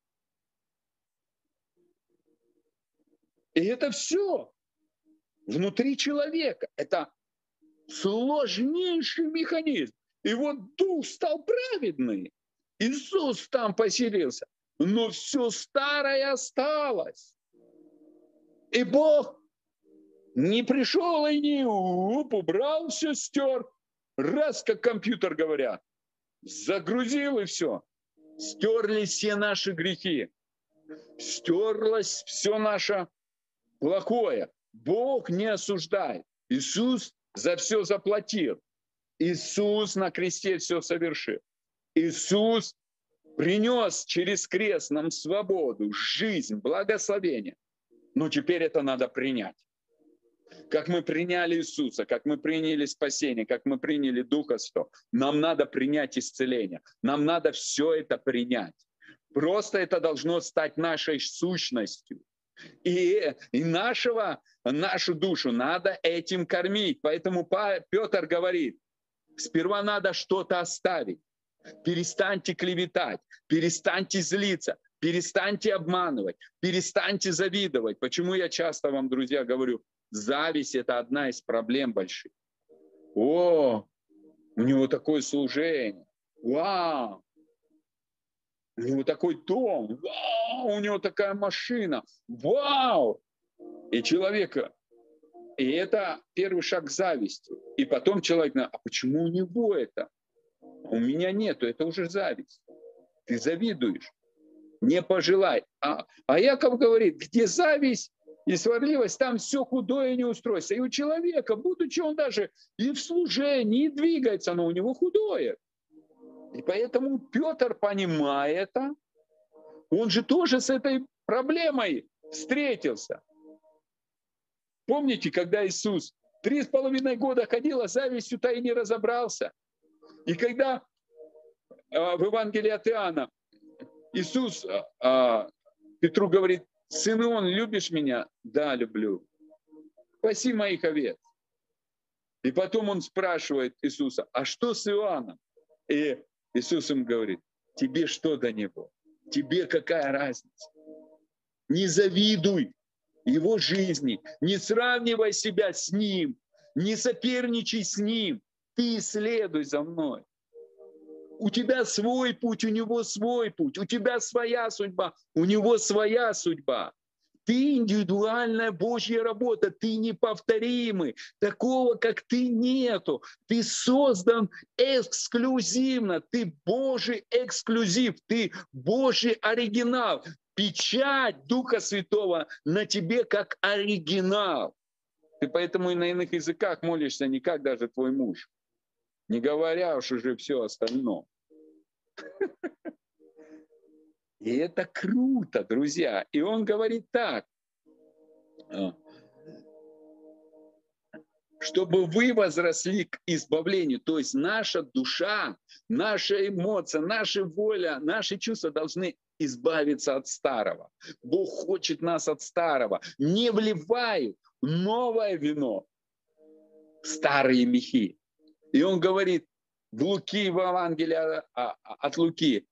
И это все внутри человека. Это сложнейший механизм. И вот дух стал праведный. Иисус там поселился. Но все старое осталось. И Бог не пришел и не убрал, все стер. Раз, как компьютер говорят, загрузил и все. Стерлись все наши грехи. Стерлось все наше плохое. Бог не осуждает. Иисус за все заплатил. Иисус на кресте все совершил. Иисус принес через крест нам свободу, жизнь, благословение. Но теперь это надо принять. Как мы приняли Иисуса, как мы приняли спасение, как мы приняли Духа Святого, нам надо принять исцеление. Нам надо все это принять. Просто это должно стать нашей сущностью. И нашу душу надо этим кормить. Поэтому Петр говорит, сперва надо что-то оставить. Перестаньте клеветать, перестаньте злиться, перестаньте обманывать, перестаньте завидовать. Почему я часто вам, друзья, говорю, зависть – это одна из проблем больших. О, у него такое служение, вау, у него такой дом, вау, у него такая машина, вау. И человека, и это первый шаг к зависти. И потом человек, а почему у него это? У меня нету, это уже зависть. Ты завидуешь, не пожелай. А Яков говорит, где зависть и сварливость, там все худое не устройство. И у человека, будучи он даже и в служении, и двигается, но у него худое. И поэтому Петр, понимая это, он же тоже с этой проблемой встретился. Помните, когда Иисус 3,5 года ходил, а завистью-то и не разобрался. И когда в Евангелии от Иоанна Иисус Петру говорит, Симеон, любишь меня? Да, люблю. Спаси моих овец. И потом он спрашивает Иисуса, а что с Иоанном? И Иисус им говорит, тебе что до него? Тебе какая разница? Не завидуй его жизни, не сравнивай себя с ним, не соперничай с ним. Ты следуй за мной. У тебя свой путь, у него свой путь. У тебя своя судьба, у него своя судьба. Ты индивидуальная Божья работа, ты неповторимый. Такого, как ты, нету. Ты создан эксклюзивно. Ты Божий эксклюзив, ты Божий оригинал. Печать Духа Святого на тебе как оригинал. Ты поэтому и на иных языках молишься не как даже твой муж, не говоря уж уже все остальное. И это круто, друзья. И он говорит так, чтобы вы возросли к избавлению. То есть наша душа, наша эмоция, наша воля, наши чувства должны избавиться от старого. Бог хочет нас от старого. Не вливай новое вино в старые мехи. И он говорит в Луки, в Евангелии от Луки,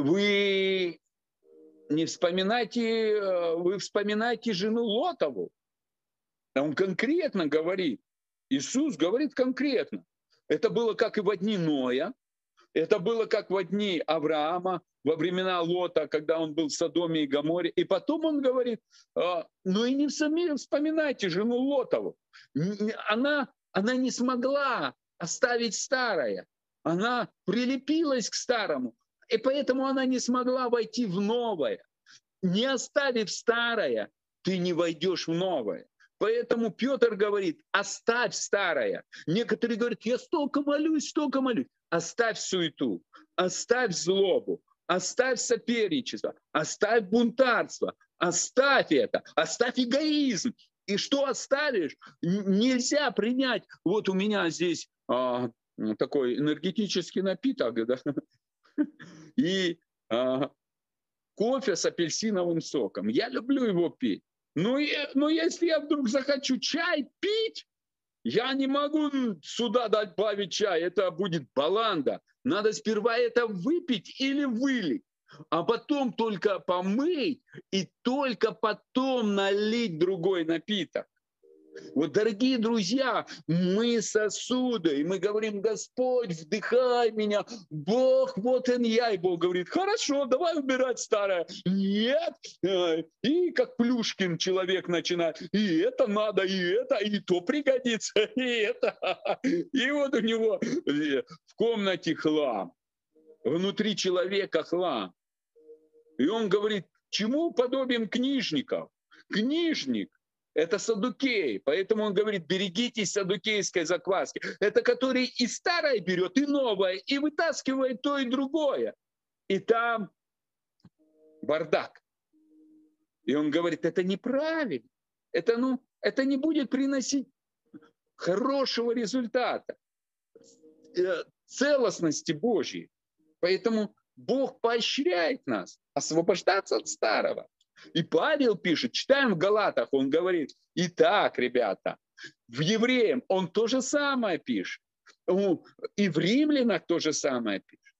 вы не вспоминайте, вы вспоминайте жену Лотову. Он конкретно говорит, Иисус говорит конкретно. Это было как и во дни Ноя, это было как во дни Авраама, во времена Лота, когда он был в Содоме и Гоморе. И потом он говорит, ну и не вспоминайте жену Лотову. Она не смогла оставить старое. Она прилепилась к старому. И поэтому она не смогла войти в новое. Не оставив старое, ты не войдешь в новое. Поэтому Петр говорит, оставь старое. Некоторые говорят, я столько молюсь, столько молюсь. Оставь суету, оставь злобу, оставь соперничество, оставь бунтарство, оставь это, оставь эгоизм. И что оставишь? Нельзя принять. Вот у меня здесь такой энергетический напиток, да? И кофе с апельсиновым соком. Я люблю его пить. Но если я вдруг захочу чай пить, я не могу сюда добавить чай. Это будет баланда. Надо сперва это выпить или вылить, а потом только помыть и только потом налить другой напиток. Вот, дорогие друзья, мы сосуды, и мы говорим, Господь, вдыхай меня, Бог, вот он я. И Бог говорит, хорошо, давай убирать старое. Нет. И как Плюшкин человек начинает, и это надо, и то пригодится, и это. И вот у него в комнате хлам, внутри человека хлам. И он говорит, чему подобен книжников? Книжник — это саддукей, поэтому он говорит, берегитесь саддукейской закваски. Это который и старое берет, и новое, и вытаскивает то и другое. И там бардак. И он говорит, это неправильно. Это не будет приносить хорошего результата, целостности Божьей. Поэтому Бог поощряет нас освобождаться от старого. И Павел пишет, читаем в Галатах, он говорит, итак, ребята, в Евреям он то же самое пишет, и в Римлянах то же самое пишет.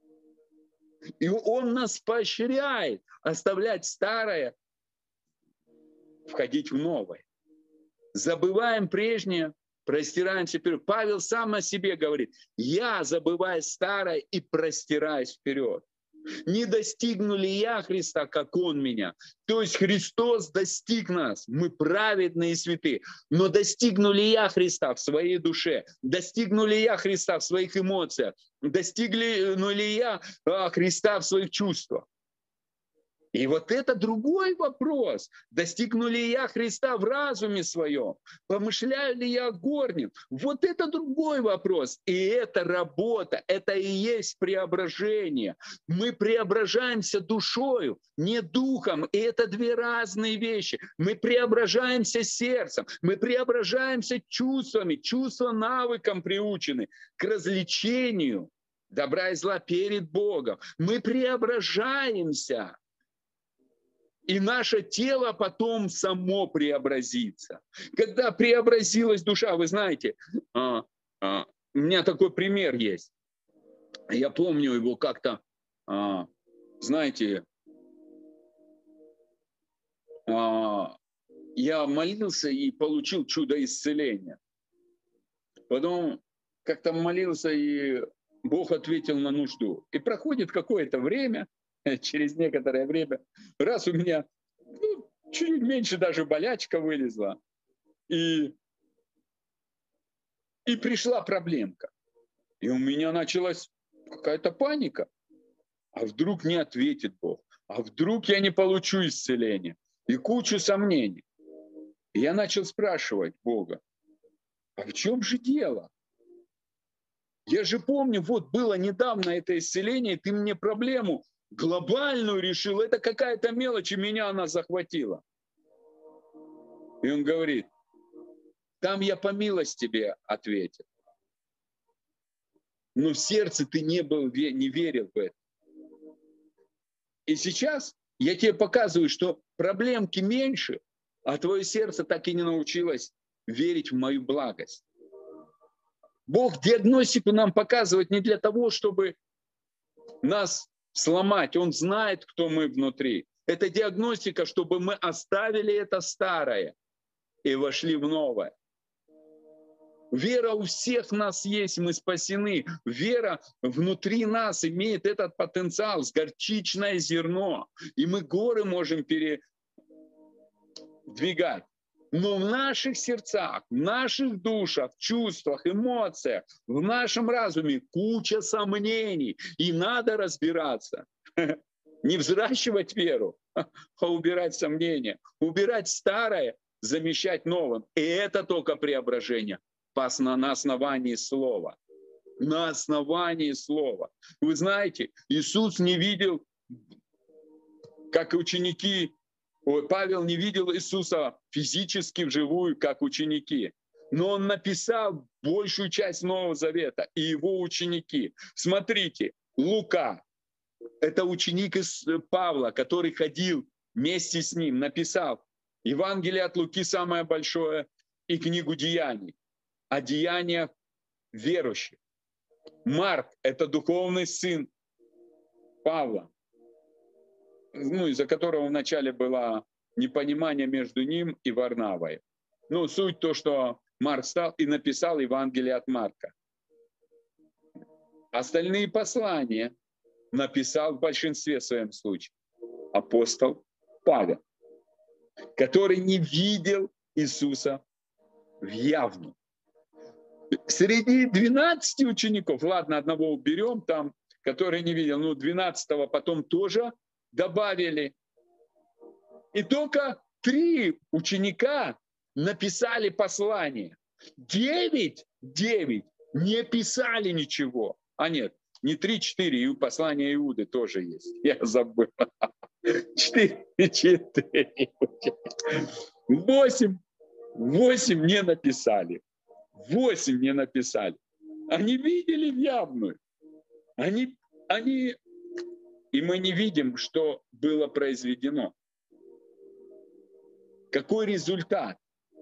И он нас поощряет оставлять старое, входить в новое. Забываем прежнее, простираемся вперед. Павел сам о себе говорит, я забываю старое и простираюсь вперед. Не достигну ли я Христа, как Он меня? То есть Христос достиг нас, мы праведные и святые. Но достигну ли я Христа в своей душе? Достигну ли я Христа в своих эмоциях? Достигну ли я Христа в своих чувствах? И вот это другой вопрос. Достигну ли я Христа в разуме своем? Помышляю ли я о горнем? Вот это другой вопрос. И это работа, это и есть преображение. Мы преображаемся душою, не духом. И это две разные вещи. Мы преображаемся сердцем, мы преображаемся чувствами. Чувства навыкам приучены к развлечению добра и зла перед Богом. Мы преображаемся. И наше тело потом само преобразится. Когда преобразилась душа, вы знаете, у меня такой пример есть. Я помню его как-то, знаете, я молился и получил чудо исцеления. Потом как-то молился, и Бог ответил на нужду. И проходит какое-то время, через некоторое время, раз у меня чуть меньше даже болячка вылезла, и пришла проблемка. И у меня началась какая-то паника. А вдруг не ответит Бог? А вдруг я не получу исцеления? И кучу сомнений. И я начал спрашивать Бога, а в чем же дело? Я же помню, вот было недавно это исцеление, ты мне проблему глобальную решил, это какая-то мелочь, и меня она захватила. И он говорит, там я по милости тебе ответил. Но в сердце ты не верил в это. И сейчас я тебе показываю, что проблемки меньше, а твое сердце так и не научилось верить в мою благость. Бог диагностику нам показывает не для того, чтобы нас сломать. Он знает, кто мы внутри. Это диагностика, чтобы мы оставили это старое и вошли в новое. Вера у всех нас есть, мы спасены. Вера внутри нас имеет этот потенциал, с горчичное зерно. И мы горы можем передвигать. Но в наших сердцах, в наших душах, чувствах, эмоциях, в нашем разуме куча сомнений. И надо разбираться. Не взращивать веру, а убирать сомнения. Убирать старое, замещать новым. И это только преображение на основании Слова. На основании Слова. Вы знаете, Иисус не видел, как ученики, Павел не видел Иисуса физически вживую, как ученики. Но он написал большую часть Нового Завета, и его ученики. Смотрите, Лука, это ученик из Павла, который ходил вместе с ним, написал Евангелие от Луки самое большое и книгу Деяний. О деяниях верующих. Марк — это духовный сын Павла, из-за которого вначале было непонимание между ним и Варнавой. Суть то, что Марк стал и написал Евангелие от Марка. Остальные послания написал в большинстве своем случае апостол Павел, который не видел Иисуса в явном. Среди 12 учеников, ладно, одного уберем там, который не видел, 12-го потом тоже добавили. И только 3 ученика написали послание. 9 не писали ничего. А нет, не 3-4, и послание Иуды тоже есть. Я забыл. 4. 8 не написали. 8 не написали. Они видели в явную. И мы не видим, что было произведено. Какой результат?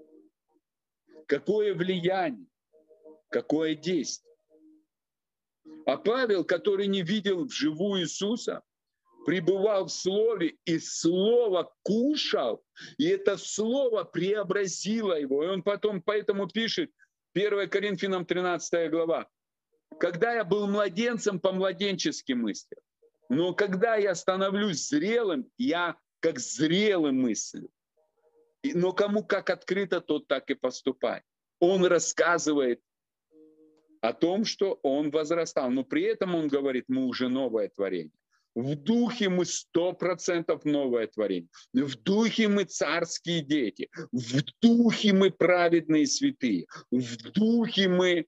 Какое влияние? Какое действие? А Павел, который не видел вживую Иисуса, пребывал в Слове, и Слово кушал, и это Слово преобразило его. И он потом поэтому пишет, 1 Коринфянам 13 глава, «Когда я был младенцем, по-младенчески мыслил, но когда я становлюсь зрелым, я как зрелый мыслю. Но кому как открыто, тот так и поступает». Он рассказывает о том, что он возрастал, но при этом он говорит, мы уже новое творение. В духе мы 100% новое творение. В духе мы царские дети. В духе мы праведные святые. В духе мы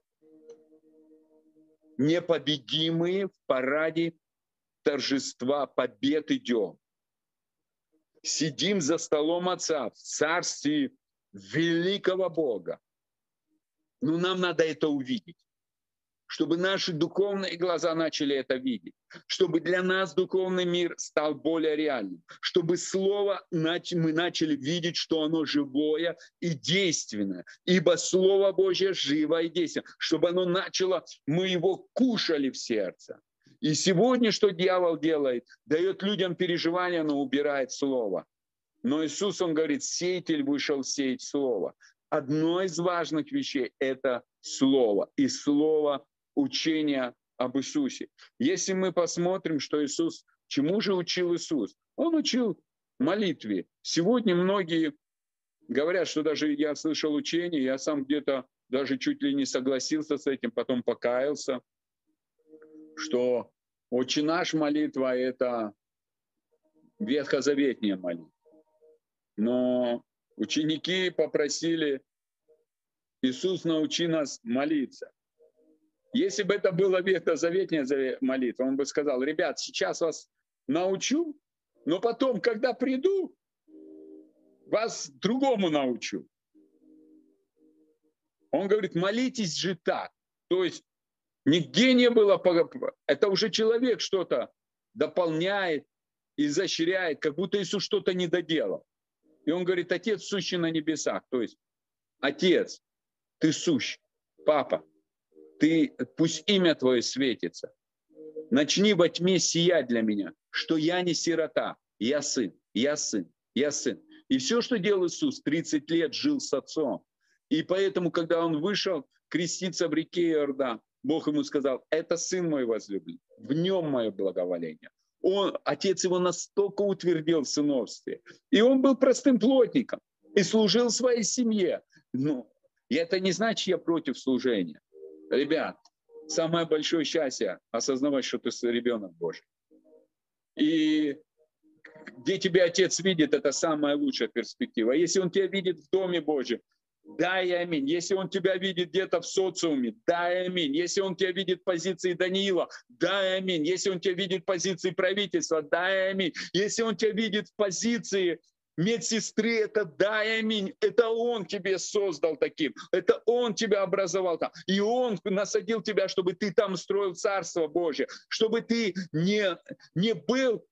непобедимые в параде торжества побед идем. Сидим за столом Отца в царстве великого Бога. Но нам надо это увидеть, чтобы наши духовные глаза начали это видеть, чтобы для нас духовный мир стал более реальным, чтобы Слово мы начали видеть, что оно живое и действенное, ибо Слово Божье живо и действенно, чтобы оно начало, мы его кушали в сердце. И сегодня что дьявол делает? Дает людям переживания, но убирает Слово. Но Иисус, Он говорит, сеятель вышел сеять Слово. Одно из важных вещей — это Слово. И Слово учения об Иисусе. Если мы посмотрим, что Иисус, чему же учил Иисус? Он учил молитве. Сегодня многие говорят, что даже я слышал учение, я сам где-то даже чуть ли не согласился с этим, потом покаялся, что «Отче наш» молитва — это ветхозаветная молитва. Но Ученики попросили: Иисус, научи нас молиться. Если бы это была ветхозаветная молитва, он бы сказал: ребят, сейчас вас научу, но потом, когда приду, вас другому научу. Он говорит: молитесь же так. То есть нигде не было, это уже человек что-то дополняет, изощряет, как будто Иисус что-то не доделал. И он говорит: Отец, сущий на небесах. То есть, Отец, ты сущ, Папа, пусть имя Твое светится. Начни во тьме сиять для меня, что я не сирота, я сын, я сын, я сын. И все, что делал Иисус, 30 лет жил с Отцом. И поэтому, когда Он вышел креститься в реке Иордан, Бог Ему сказал: это Сын мой возлюбленный, в Нем мое благоволение. Отец Его настолько утвердил в сыновстве. И Он был простым плотником и служил своей семье. Ну, и это не значит, я против служения. Ребят, самое большое счастье — осознавать, что ты ребенок Божий. И где тебя Отец видит, это самая лучшая перспектива. Если Он тебя видит в Доме Божьем, дай аминь. Если Он тебя видит где-то в социуме, дай аминь. Если Он тебя видит в позиции Даниила, дай аминь. Если Он тебя видит в позиции правительства, дай аминь. Если Он тебя видит в позиции медсестры, это дай аминь. Это Он тебе создал таким. Это Он тебя образовал там. И Он насадил тебя, чтобы ты там строил Царство Божие. Чтобы ты не был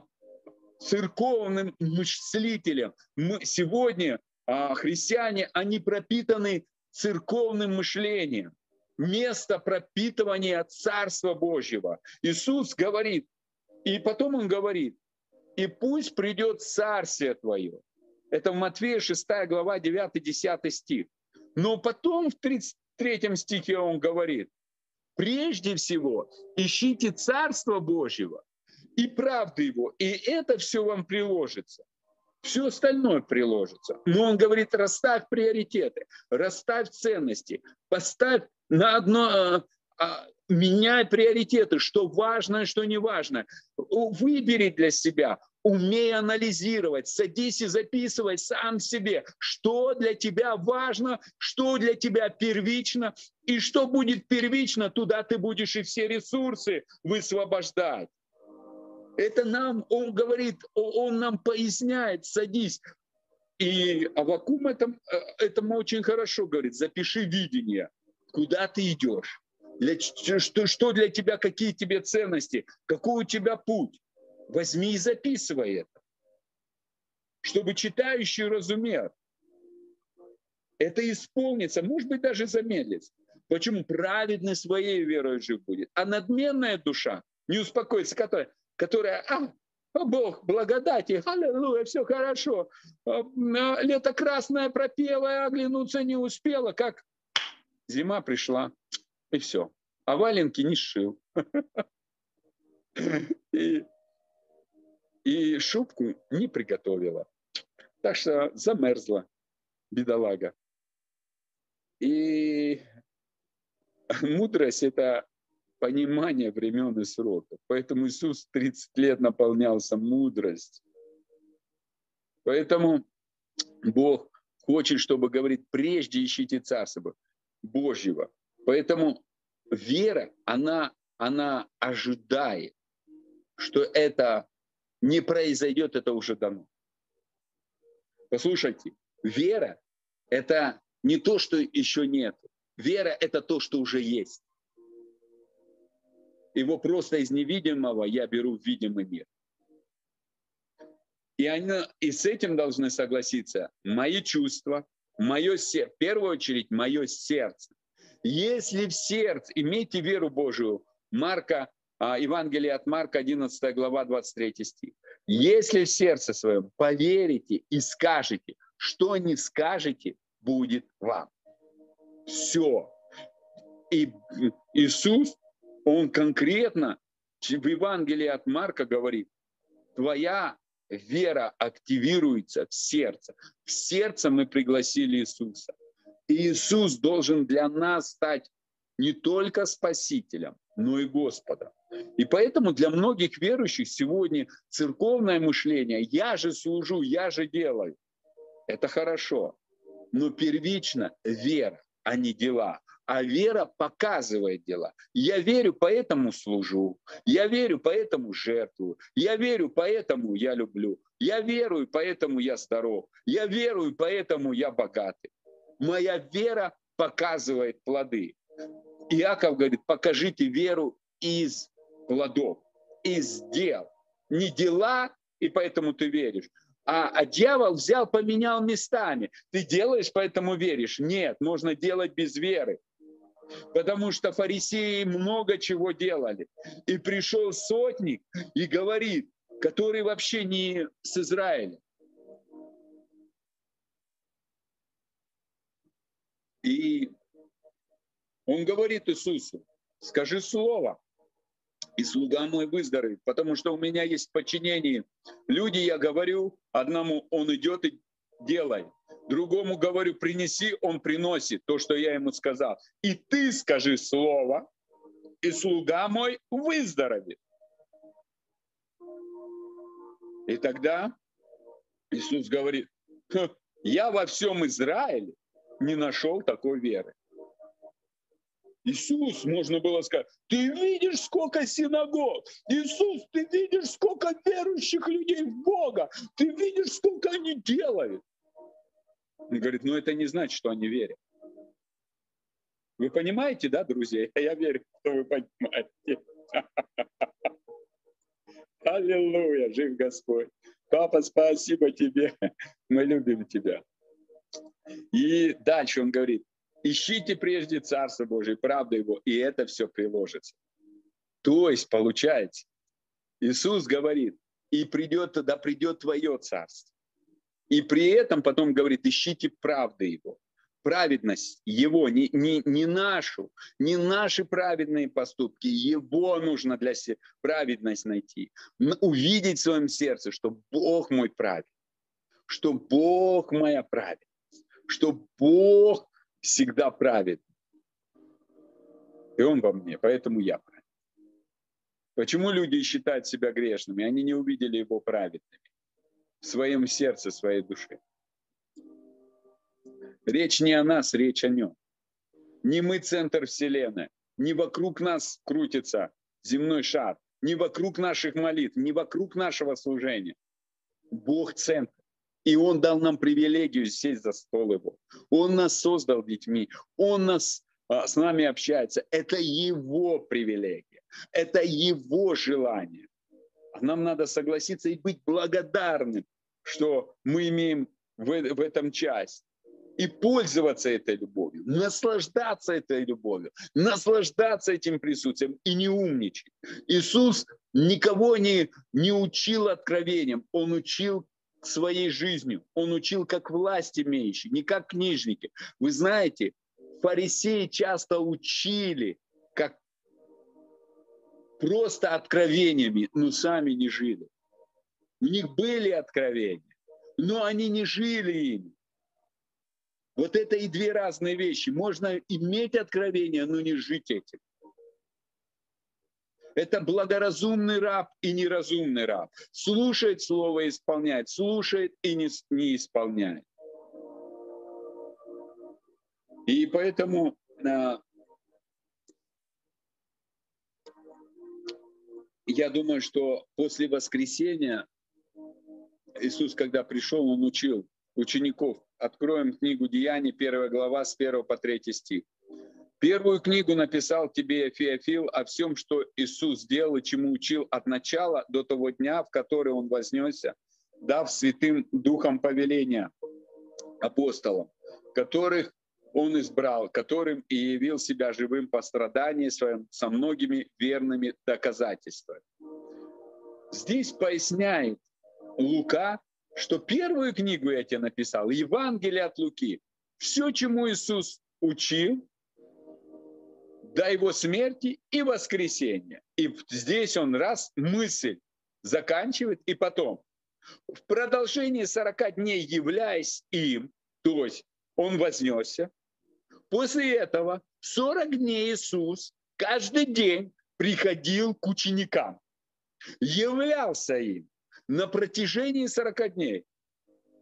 церковным мыслителем. Сегодня христиане, они пропитаны церковным мышлением. Место пропитывания Царства Божьего. Иисус говорит, и потом Он говорит: и пусть придет Царствие Твое. Это в Матфея 6 глава 9-10 стих. Но потом в 33 стихе Он говорит: прежде всего ищите Царство Божьего и правду Его, и это все вам приложится. Все остальное приложится. Но Он говорит: расставь приоритеты, расставь ценности, поставь на одно, меняй приоритеты, что важно, что не важно. Выбери для себя, умей анализировать, садись и записывай сам себе, что для тебя важно, что для тебя первично, и что будет первично, туда ты будешь и все ресурсы высвобождать. Это нам, Он говорит, Он нам поясняет: садись. И Аввакум этому очень хорошо говорит: запиши видение, куда ты идешь, что для тебя, какие тебе ценности, какой у тебя путь. Возьми и записывай это, чтобы читающий разумел. Это исполнится, может быть, даже замедлится. Почему? Праведный своей верой жив будет. А надменная душа не успокоится, которая Бог, благодати, аллилуйя, все хорошо. Лето красное пропело, оглянуться не успела, как зима пришла, и все. А валенки не сшил. И шубку не приготовила. Так что замерзла, бедолага. И мудрость — это понимание времен и сроков. Поэтому Иисус 30 лет наполнялся мудростью. Поэтому Бог хочет, чтобы говорить: прежде ищите Царство Божьего. Поэтому вера, она ожидает, что это не произойдет, это уже дано. Послушайте, вера — это не то, что еще нет. Вера — это то, что уже есть. Его просто из невидимого я беру в видимый мир. И с этим должны согласиться мои чувства, мое сердце, в первую очередь мое сердце. Если в сердце, имейте веру Божию, Евангелие от Марка, 11 глава, 23 стих. Если в сердце своем поверите и скажете, что не скажете, будет вам. Все. И Иисус, Он конкретно в Евангелии от Марка говорит: твоя вера активируется в сердце. В сердце мы пригласили Иисуса. И Иисус должен для нас стать не только Спасителем, но и Господом. И поэтому для многих верующих сегодня церковное мышление: я же служу, я же делаю. это хорошо. Но первично вера, а не дела. А вера показывает дела. Я верю, поэтому служу. Я верю, поэтому жертвую. Я верю, поэтому я люблю. Я верую, поэтому я здоров. Я верую, поэтому я богатый. Моя вера показывает плоды. Иаков говорит, покажите веру из плодов, из дел. Не дела, и поэтому ты веришь. А дьявол взял, поменял местами. Ты делаешь, поэтому веришь. Нет, можно делать без веры. Потому что фарисеи много чего делали. И пришел сотник и говорит, который вообще не с Израиля. И он говорит Иисусу, скажи слово, и слуга мой выздоровеет, потому что у меня есть подчинение. Люди, я говорю, одному он идет и делает. Другому говорю, принеси, он приносит то, что я ему сказал. И ты скажи слово, и слуга мой выздоровеет. И тогда Иисус говорит, я во всем Израиле не нашел такой веры. Иисус, можно было сказать, ты видишь, сколько синагог? Иисус, ты видишь, сколько верующих людей в Бога? Ты видишь, сколько они делают? Он говорит, но это не значит, что они верят. Вы понимаете, да, друзья? Я верю, что вы понимаете. Аллилуйя, жив Господь. Папа, спасибо тебе. Мы любим тебя. И дальше он говорит, ищите прежде Царство Божие, правду Его, и это все приложится. То есть, получается, Иисус говорит, и придет, тогда придет твое Царство. И при этом потом говорит, ищите правды Его. Праведность Его, не нашу, не наши праведные поступки. Его нужно для себя праведность найти. Увидеть в своем сердце, что Бог мой праведный, что Бог моя праведность, что Бог всегда праведный. И Он во мне, поэтому я праведный. Почему люди считают себя грешными? Они не увидели Его праведными в своем сердце, в своей душе. Речь не о нас, речь о Нем. Не мы центр Вселенной, не вокруг нас крутится земной шар, не вокруг наших молитв, не вокруг нашего служения. Бог центр. И Он дал нам привилегию сесть за стол Его. Он нас создал детьми, Он с нами общается. Это Его привилегия, это Его желание. А нам надо согласиться и быть благодарным, что мы имеем в этом часть. И пользоваться этой любовью, наслаждаться этой любовью, наслаждаться этим присутствием и не умничать. Иисус никого не учил откровениям, Он учил своей жизнью, Он учил как власть имеющий, не как книжники. Вы знаете, фарисеи часто учили как просто откровениями, но сами не жили. У них были откровения, но они не жили ими. Вот это и две разные вещи. Можно иметь откровение, но не жить этим. Это благоразумный раб и неразумный раб. Слушает слово и исполняет, слушает и не исполняет. И поэтому я думаю, что после воскресения Иисус, когда пришел, Он учил учеников. Откроем книгу Деяний, 1 глава, с 1 по 3 стих. Первую книгу написал тебе Феофил о всем, что Иисус сделал и чему учил от начала до того дня, в который Он вознесся, дав Святым Духом повеления апостолам, которых Он избрал, которым и явил себя живым по страдании своим со многими верными доказательствами. Здесь поясняет Лука, что первую книгу я тебе написал, Евангелие от Луки, все, чему Иисус учил, до Его смерти и воскресения. И здесь Он раз мысль заканчивает, и потом, в продолжении 40 дней являясь им, то есть Он вознесся, после этого 40 дней Иисус каждый день приходил к ученикам, являлся им на протяжении 40 дней.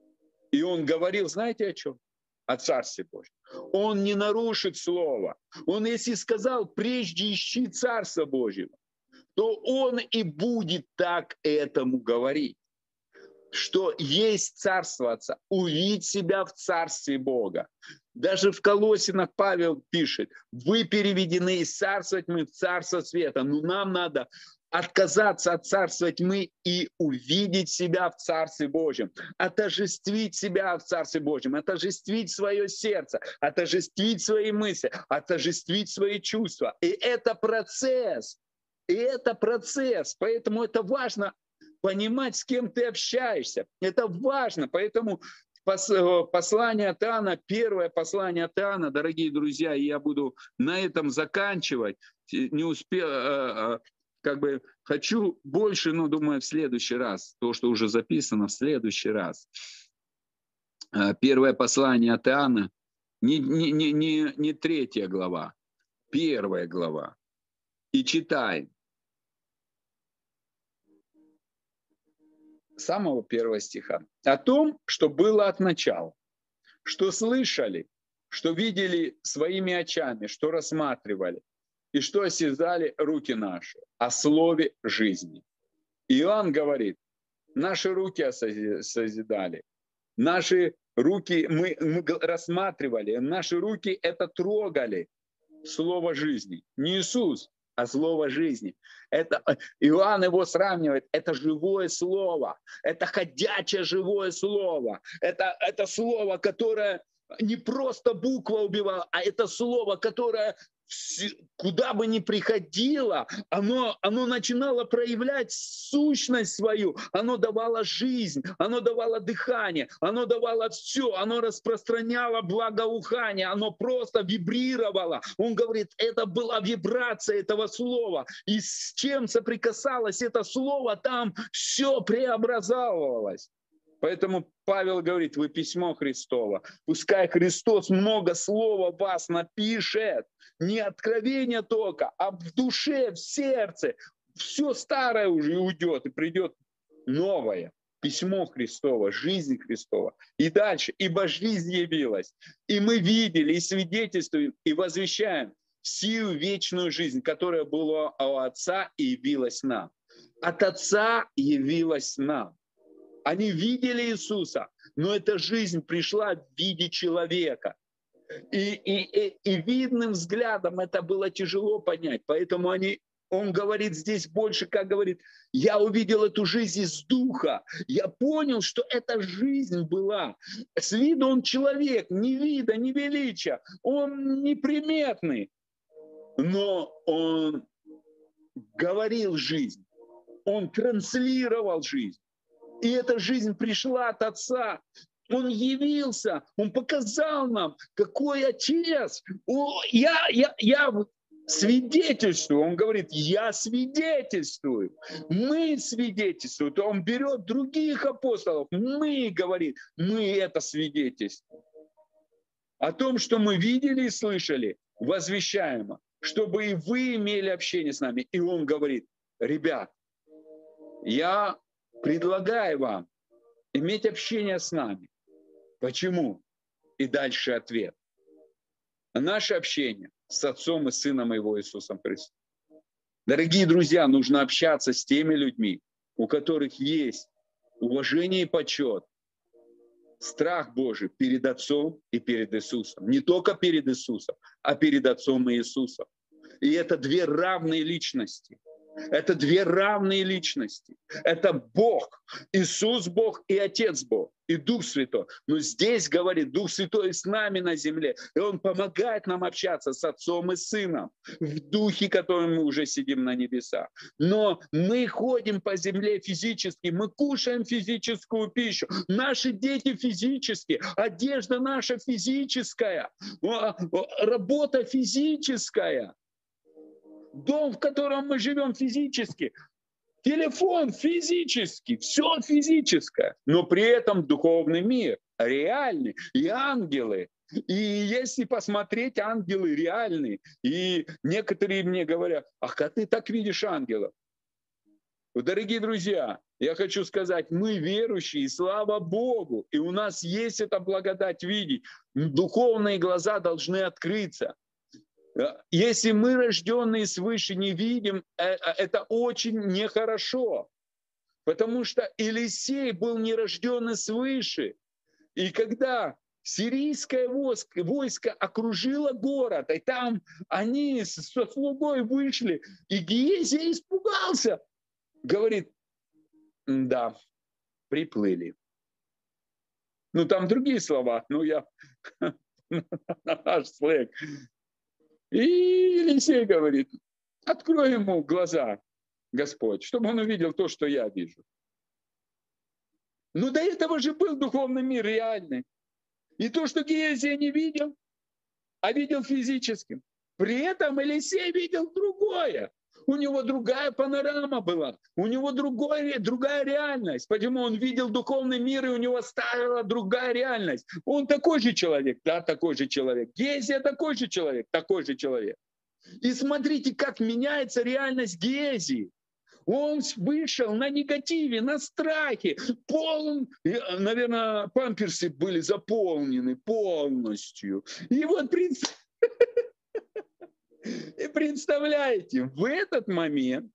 И он говорил, знаете о чем? О Царстве Божьем. Он не нарушит слово. Он, если сказал, прежде ищи Царство Божьего, то он и будет так этому говорить. Что есть Царство Отца. Увидь себя в Царстве Бога. Даже в Колоссянах Павел пишет, вы переведены из Царства тьмы в Царство света. Но нам надо отказаться от царства тьмы и увидеть себя в Царстве Божьем, отождествить себя в Царстве Божьем, отождествить свое сердце, отождествить свои мысли, отождествить свои чувства. И это процесс. Поэтому это важно понимать, с кем ты общаешься. Это важно. Поэтому послание от Иоанна, первое послание от Иоанна, дорогие друзья, и я буду на этом заканчивать. Не успел, хочу больше, но думаю, в следующий раз. То, что уже записано, в следующий раз. Первое послание от Иоанна, не 3 глава, 1 глава. И читаем. Самого 1 стиха. О том, что было от начала, что слышали, что видели своими очами, что рассматривали, и что осязали руки наши, о слове жизни. Иоанн говорит, наши руки созидали, наши руки мы рассматривали, наши руки это трогали, слово жизни. Не Иисус, а слово жизни. Это, Иоанн его сравнивает, это живое слово, это ходячее живое слово, это слово, которое не просто буква убивала, а это слово, которое куда бы ни приходило, оно начинало проявлять сущность свою, оно давало жизнь, оно давало дыхание, оно давало все, оно распространяло благоухание, оно просто вибрировало. Он говорит, это была вибрация этого слова, и с чем соприкасалось это слово, там все преобразовывалось. Поэтому Павел говорит, вы письмо Христово. Пускай Христос много слова вас напишет. Не откровение только, а в душе, в сердце. Все старое уже уйдет, и придет новое. Письмо Христово, жизнь Христова. И дальше, ибо жизнь явилась. И мы видели, и свидетельствуем, и возвещаем сию вечную жизнь, которая была у Отца и явилась нам. От Отца явилась нам. Они видели Иисуса, но эта жизнь пришла в виде человека. И видным взглядом это было тяжело понять. Поэтому он говорит здесь больше, как говорит, я увидел эту жизнь из духа. Я понял, что эта жизнь была. С виду он человек, ни вида, ни величия. Он неприметный. Но он говорил жизнь. Он транслировал жизнь. И эта жизнь пришла от Отца. Он явился, Он показал нам, какой Отец. Я свидетельствую. Он говорит, я свидетельствую. Мы свидетельствуем. Он берет других апостолов. Мы, говорит, мы это свидетельствуем. О том, что мы видели и слышали, возвещаемо, чтобы и вы имели общение с нами. И он говорит, ребят, я предлагаю вам иметь общение с нами. Почему? И дальше ответ. Наше общение с Отцом и Сыном Его Иисусом Христом. Дорогие друзья, нужно общаться с теми людьми, у которых есть уважение и почет, страх Божий перед Отцом и перед Иисусом. Не только перед Иисусом, а перед Отцом и Иисусом. И это две равные личности. Это две равные личности. Это Бог, Иисус Бог и Отец Бог, и Дух Святой. Но здесь, говорит, Дух Святой с нами на земле, и Он помогает нам общаться с Отцом и Сыном в Духе, которым мы уже сидим на небесах. Но мы ходим по земле физически, мы кушаем физическую пищу, наши дети физические, одежда наша физическая, работа физическая. Дом, в котором мы живем физически, телефон физический, все физическое, но при этом духовный мир реальный, и ангелы. И если посмотреть, ангелы реальные. И некоторые мне говорят, а как ты так видишь ангелов? Дорогие друзья, я хочу сказать, мы верующие, и слава Богу, и у нас есть эта благодать видеть. Духовные глаза должны открыться. Если мы, рожденные свыше, не видим, это очень нехорошо. Потому что Елисей был нерожденный свыше. И когда сирийское войско окружило город, и там они со слугой вышли, и Гиезия испугался. Говорит, да, приплыли. Ну, там другие слова, ну, я наш слэк. И Елисей говорит, открой ему глаза, Господь, чтобы он увидел то, что я вижу. Ну, до этого же был духовный мир реальный. И то, что Гиезия не видел, а видел физическим. При этом Елисей видел другое. У него другая панорама была, у него другая реальность. Почему он видел духовный мир, и у него стала другая реальность. Он такой же человек, да, такой же человек. Гиезия такой же человек, такой же человек. И смотрите, как меняется реальность Гиезии. Он вышел на негативе, на страхе, наверное, памперсы были заполнены полностью. И вот и представляете, в этот момент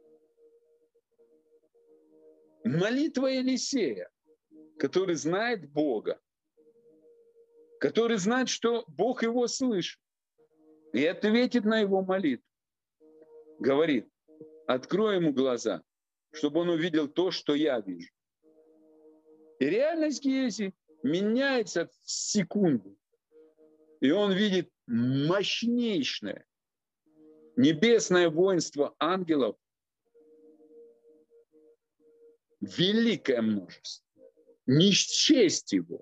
молитва Елисея, который знает Бога, который знает, что Бог его слышит, и ответит на его молитву, говорит, открой ему глаза, чтобы он увидел то, что я вижу. И реальность Гиезии меняется в секунду. И он видит мощнейшее небесное воинство ангелов, великое множество, не счесть его.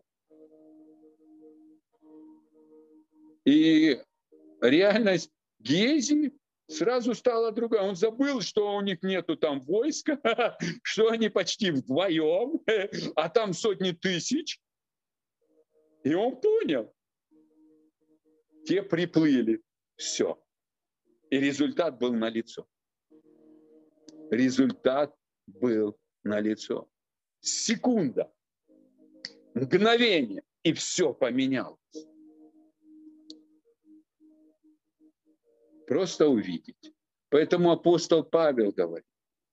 И реальность Гиезии сразу стала другая. Он забыл, что у них нету там войска, что они почти вдвоем, а там сотни тысяч. И он понял. Те приплыли. Все. И результат был налицо. Результат был налицо. Секунда, мгновение, и все поменялось. Просто увидеть. Поэтому апостол Павел говорит,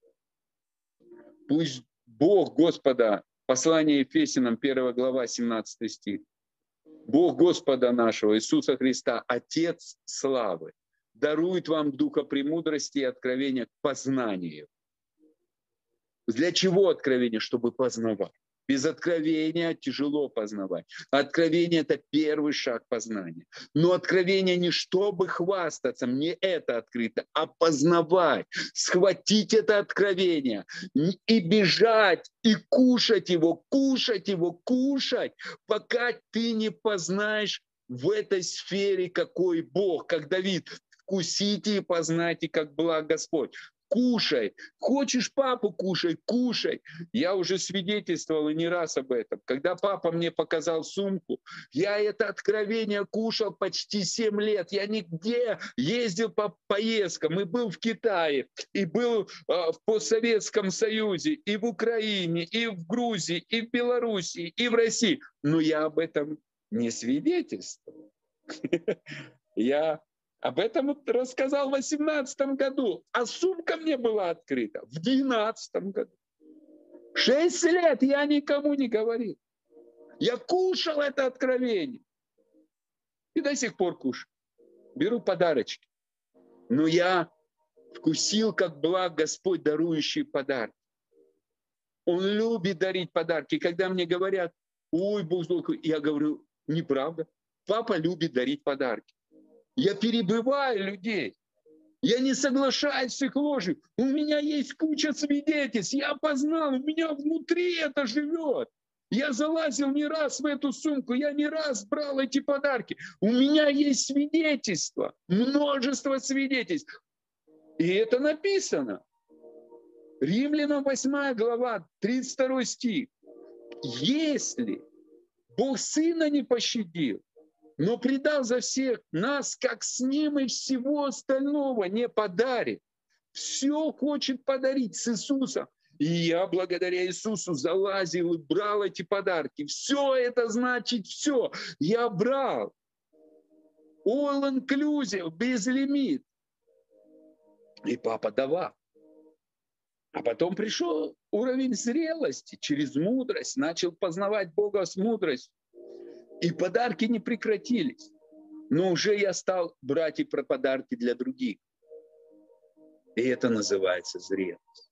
пусть Бог Господа, послание Ефесянам, 1 глава, 17 стих, Бог Господа нашего Иисуса Христа, Отец славы, дарует вам духа премудрости и откровения к познанию. Для чего откровение? Чтобы познавать. Без откровения тяжело познавать. Откровение – это первый шаг познания. Но откровение не чтобы хвастаться, мне это открыто, а познавать, схватить это откровение и бежать, и кушать его, пока ты не познаешь в этой сфере, какой Бог, как Давид. Вкусите и познайте, как благ Господь. Кушай. Хочешь папу кушай, кушай. Я уже свидетельствовал и не раз об этом. Когда папа мне показал сумку, я это откровение кушал почти 7 лет. Я нигде ездил по поездкам, и был в Китае, и был в постсоветском Союзе, и в Украине, и в Грузии, и в Белоруссии, и в России. Но я об этом не свидетельствовал. Я об этом рассказал в 2018 году, а сумка мне была открыта в 2012 году. 6 лет я никому не говорил. Я кушал это откровение. И до сих пор кушаю. Беру подарочки. Но я вкусил, как благ Господь, дарующий подарки. Он любит дарить подарки. Когда мне говорят, ой, Бог, я говорю, неправда. Папа любит дарить подарки. Я перебиваю людей. Я не соглашаюсь с их ложью. У меня есть куча свидетельств. Я познал, у меня внутри это живет. Я залазил не раз в эту сумку, я не раз брал эти подарки. У меня есть свидетельства, множество свидетельств. И это написано. Римлянам 8 глава, 32 стих. Если Бог Сына не пощадил, но предал за всех нас, как с Ним и всего остального не подарит, Все хочет подарить с Иисусом. И я благодаря Иисусу залазил и брал эти подарки. Все это значит все. Я брал. All inclusive, без лимит. И папа давал. А потом пришел уровень зрелости через мудрость. Начал познавать Бога с мудростью. И подарки не прекратились. Но уже я стал брать и про подарки для других. И это называется зрелость.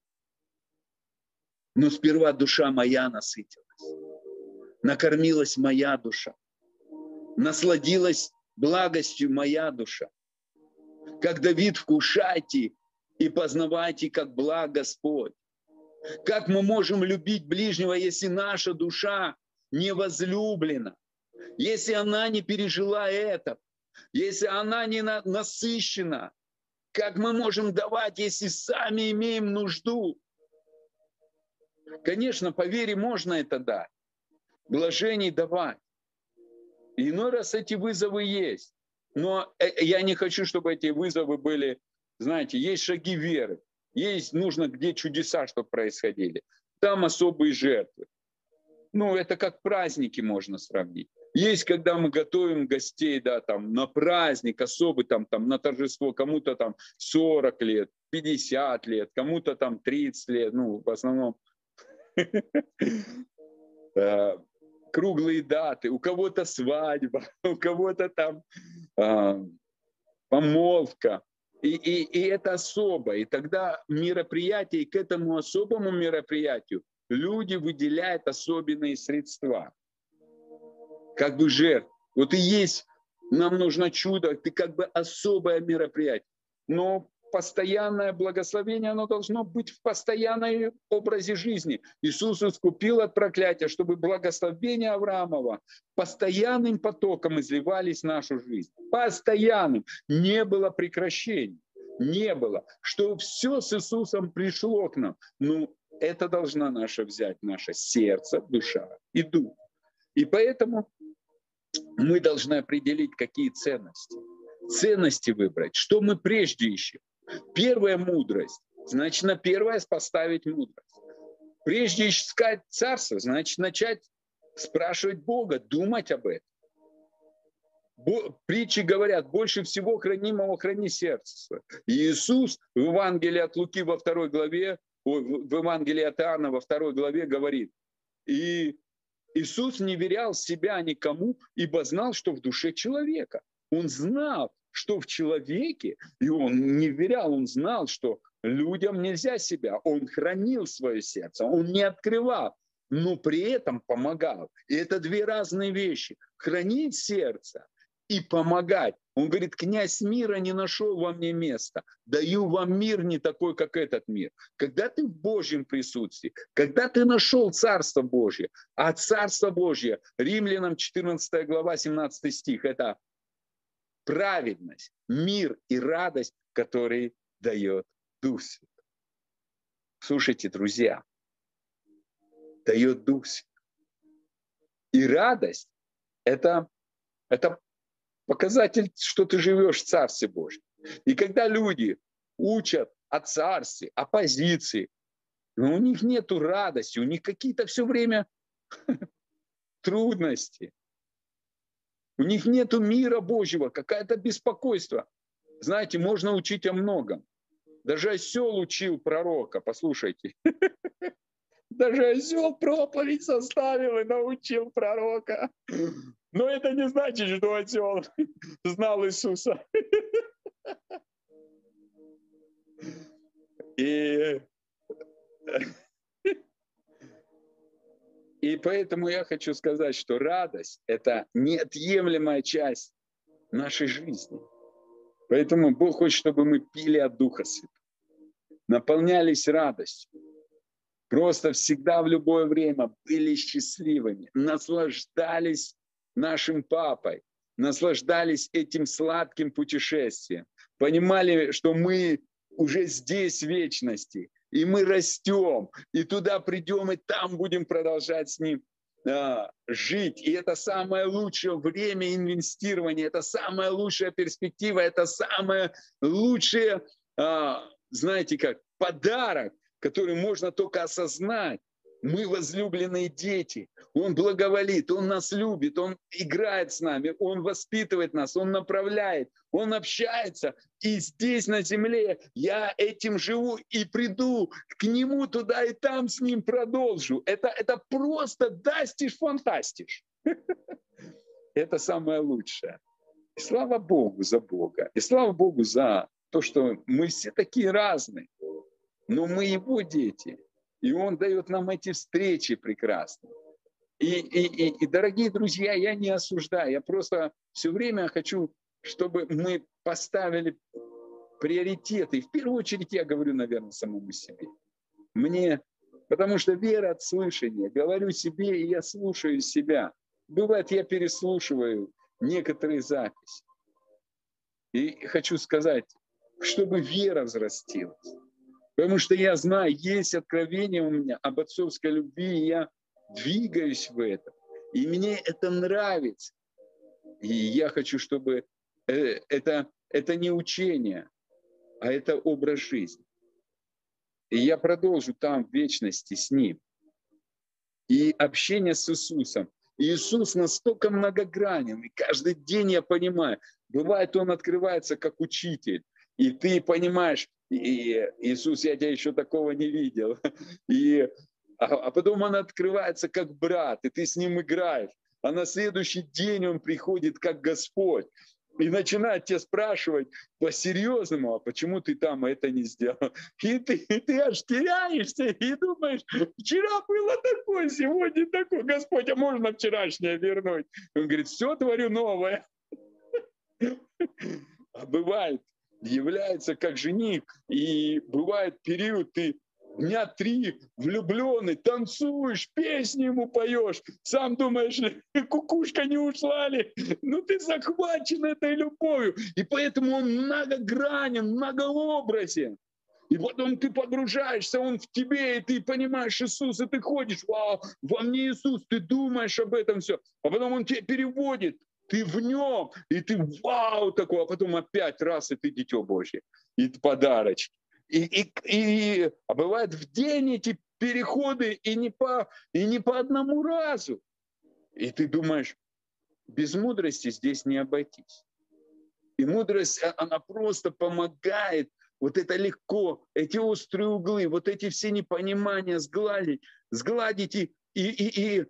Но сперва душа моя насытилась. Накормилась моя душа. Насладилась благостью моя душа. Как Давид, вкушайте и познавайте, как благ Господь. Как мы можем любить ближнего, если наша душа не возлюблена? Если она не пережила это? Если она не насыщена? Как мы можем давать, если сами имеем нужду? Конечно, по вере можно это дать. Блажений давать. И иной раз эти вызовы есть. Но я не хочу, чтобы эти вызовы были, знаете, есть шаги веры. Есть, нужно, где чудеса, чтобы происходили. Там особые жертвы. Ну, это как праздники можно сравнить. Есть, когда мы готовим гостей, да, там, на праздник особый, там, на торжество, кому-то там 40 лет, 50 лет, кому-то там 30 лет, ну, в основном круглые даты, у кого-то свадьба, у кого-то там помолвка. И это особо. И тогда мероприятие, и к этому особому мероприятию люди выделяют особенные средства. Как бы жертв. Вот и есть, нам нужно чудо, это как бы особое мероприятие. Но постоянное благословение, оно должно быть в постоянном образе жизни. Иисус искупил от проклятия, чтобы благословения Авраамова постоянным потоком изливались в нашу жизнь. Постоянным. Не было прекращений. Не было. Что все с Иисусом пришло к нам. Ну, это должна наша взять наше сердце, душа и дух. И поэтому мы должны определить, какие ценности. Ценности выбрать. Что мы прежде ищем? Первая мудрость. Значит, на первое поставить мудрость. Прежде искать царство, значит, начать спрашивать Бога, думать об этом. Притчи говорят, больше всего хранимого храни сердце. И Иисус в Евангелии от Луки во 2 главе, в Евангелии от Иоанна во 2 главе говорит, и Иисус не верял себя никому, ибо знал, что в душе человека. Он знал, что в человеке, и он не верял, он знал, что людям нельзя себя. Он хранил свое сердце, он не открывал, но при этом помогал. И это две разные вещи. Хранить сердце и помогать. Он говорит, князь мира не нашел во мне места. Даю вам мир не такой, как этот мир. Когда ты в Божьем присутствии, когда ты нашел Царство Божье, а Царство Божье, Римлянам 14 глава, 17 стих, это праведность, мир и радость, который дает Дух Святой. Слушайте, друзья, дает Дух Святой. И радость – это показатель, что ты живешь в Царстве Божьем. И когда люди учат о Царстве, о позиции, но у них нет радости, у них какие-то все время трудности. У них нет мира Божьего, какое-то беспокойство. Знаете, можно учить о многом. Даже осел учил пророка, послушайте. Даже осел проповедь составил и научил пророка. Но это не значит, что осел знал Иисуса. И поэтому я хочу сказать, что радость – это неотъемлемая часть нашей жизни. Поэтому Бог хочет, чтобы мы пили от Духа Святого, наполнялись радостью, просто всегда в любое время были счастливыми, наслаждались нашим Папой, наслаждались этим сладким путешествием, понимали, что мы уже здесь в вечности, и мы растем, и туда придем, и там будем продолжать с Ним жить. И это самое лучшее время инвестирования, это самая лучшая перспектива, это самое лучшее, знаете как, подарок, который можно только осознать. Мы возлюбленные дети. Он благоволит, Он нас любит, Он играет с нами, Он воспитывает нас, Он направляет, Он общается. И здесь на земле я этим живу и приду к Нему туда и там с Ним продолжу. Это просто дастиш фантастиш. Это самое лучшее. И слава Богу за Бога. И слава Богу за то, что мы все такие разные. Но мы Его дети. И Он дает нам эти встречи прекрасные. И, дорогие друзья, я не осуждаю. Я просто все время хочу, чтобы мы поставили приоритеты. И в первую очередь я говорю, наверное, самому себе. Потому что вера от слышания. Говорю себе, и я слушаю себя. Бывает, я переслушиваю некоторые записи. И хочу сказать, чтобы вера взрастилась. Потому что я знаю, есть откровение у меня об отцовской любви, и я двигаюсь в этом. И мне это нравится. И я хочу, чтобы это не учение, а это образ жизни. И я продолжу там в вечности с Ним. И общение с Иисусом. И Иисус настолько многогранен. И каждый день я понимаю, бывает, Он открывается как учитель. И ты понимаешь, и Иисус, я тебя еще такого не видел. А потом Он открывается как брат, и ты с Ним играешь. А на следующий день Он приходит как Господь. И начинает тебя спрашивать по-серьезному, а почему ты там это не сделал? И ты аж теряешься и думаешь, вчера было такое, сегодня такое. Господь, а можно вчерашнее вернуть? Он говорит, все творю новое. А бывает, является как жених, и бывает период, ты дня 3 влюбленный, танцуешь, песни ему поешь, сам думаешь, кукушка не ушла ли? Ну ты захвачен этой любовью. И поэтому он многогранен, многообразен. И потом ты погружаешься, Он в тебе, и ты понимаешь Иисус, и ты ходишь, вау, во мне Иисус, ты думаешь об этом все. А потом Он тебя переводит, ты в Нем, и ты вау такой, а потом опять раз, и ты Дитё Божье, и подарочки. А бывает в день эти переходы, и не по одному разу. И ты думаешь, без мудрости здесь не обойтись. И мудрость, она просто помогает вот это легко, эти острые углы, вот эти все непонимания сгладить и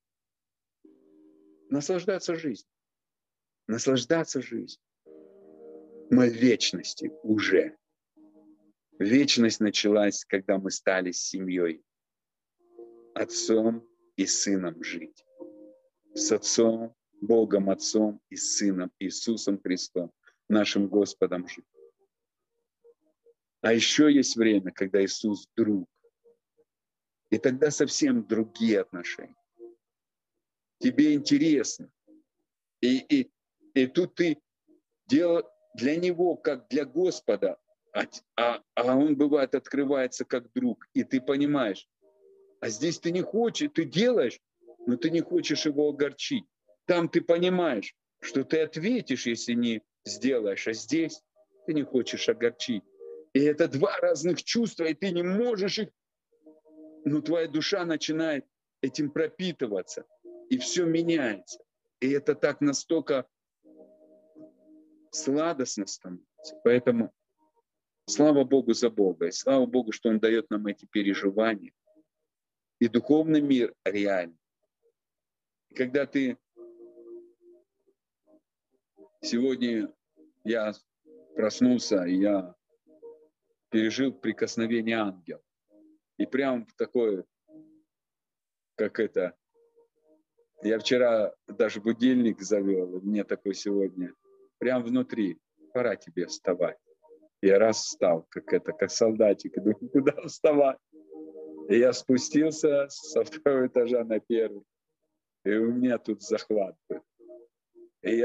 наслаждаться жизнью. Наслаждаться жизнью. Мы в вечности уже. Вечность началась, когда мы стали семьей, отцом и сыном жить. С Отцом, Богом Отцом и Сыном Иисусом Христом, нашим Господом жить. А еще есть время, когда Иисус друг. И тогда совсем другие отношения. Тебе интересно. И тут ты делаешь для Него, как для Господа, а Он бывает открывается как друг. И ты понимаешь, а здесь ты не хочешь, ты делаешь, но ты не хочешь Его огорчить. Там ты понимаешь, что ты ответишь, если не сделаешь, а здесь ты не хочешь огорчить. И это два разных чувства, и ты не можешь их, но твоя душа начинает этим пропитываться, и все меняется. И это так настолько сладостно становится. Поэтому слава Богу за Бога, и слава Богу, что Он дает нам эти переживания. И духовный мир реальный. И когда ты сегодня, я проснулся, и я пережил прикосновение ангела. И прям такое, как это, я вчера даже будильник завел, мне такой сегодня, прям внутри, пора тебе вставать. Я раз встал, как солдатик, и думаю, куда вставать? И я спустился со 2-го этажа на 1-й, и у меня тут захват был. И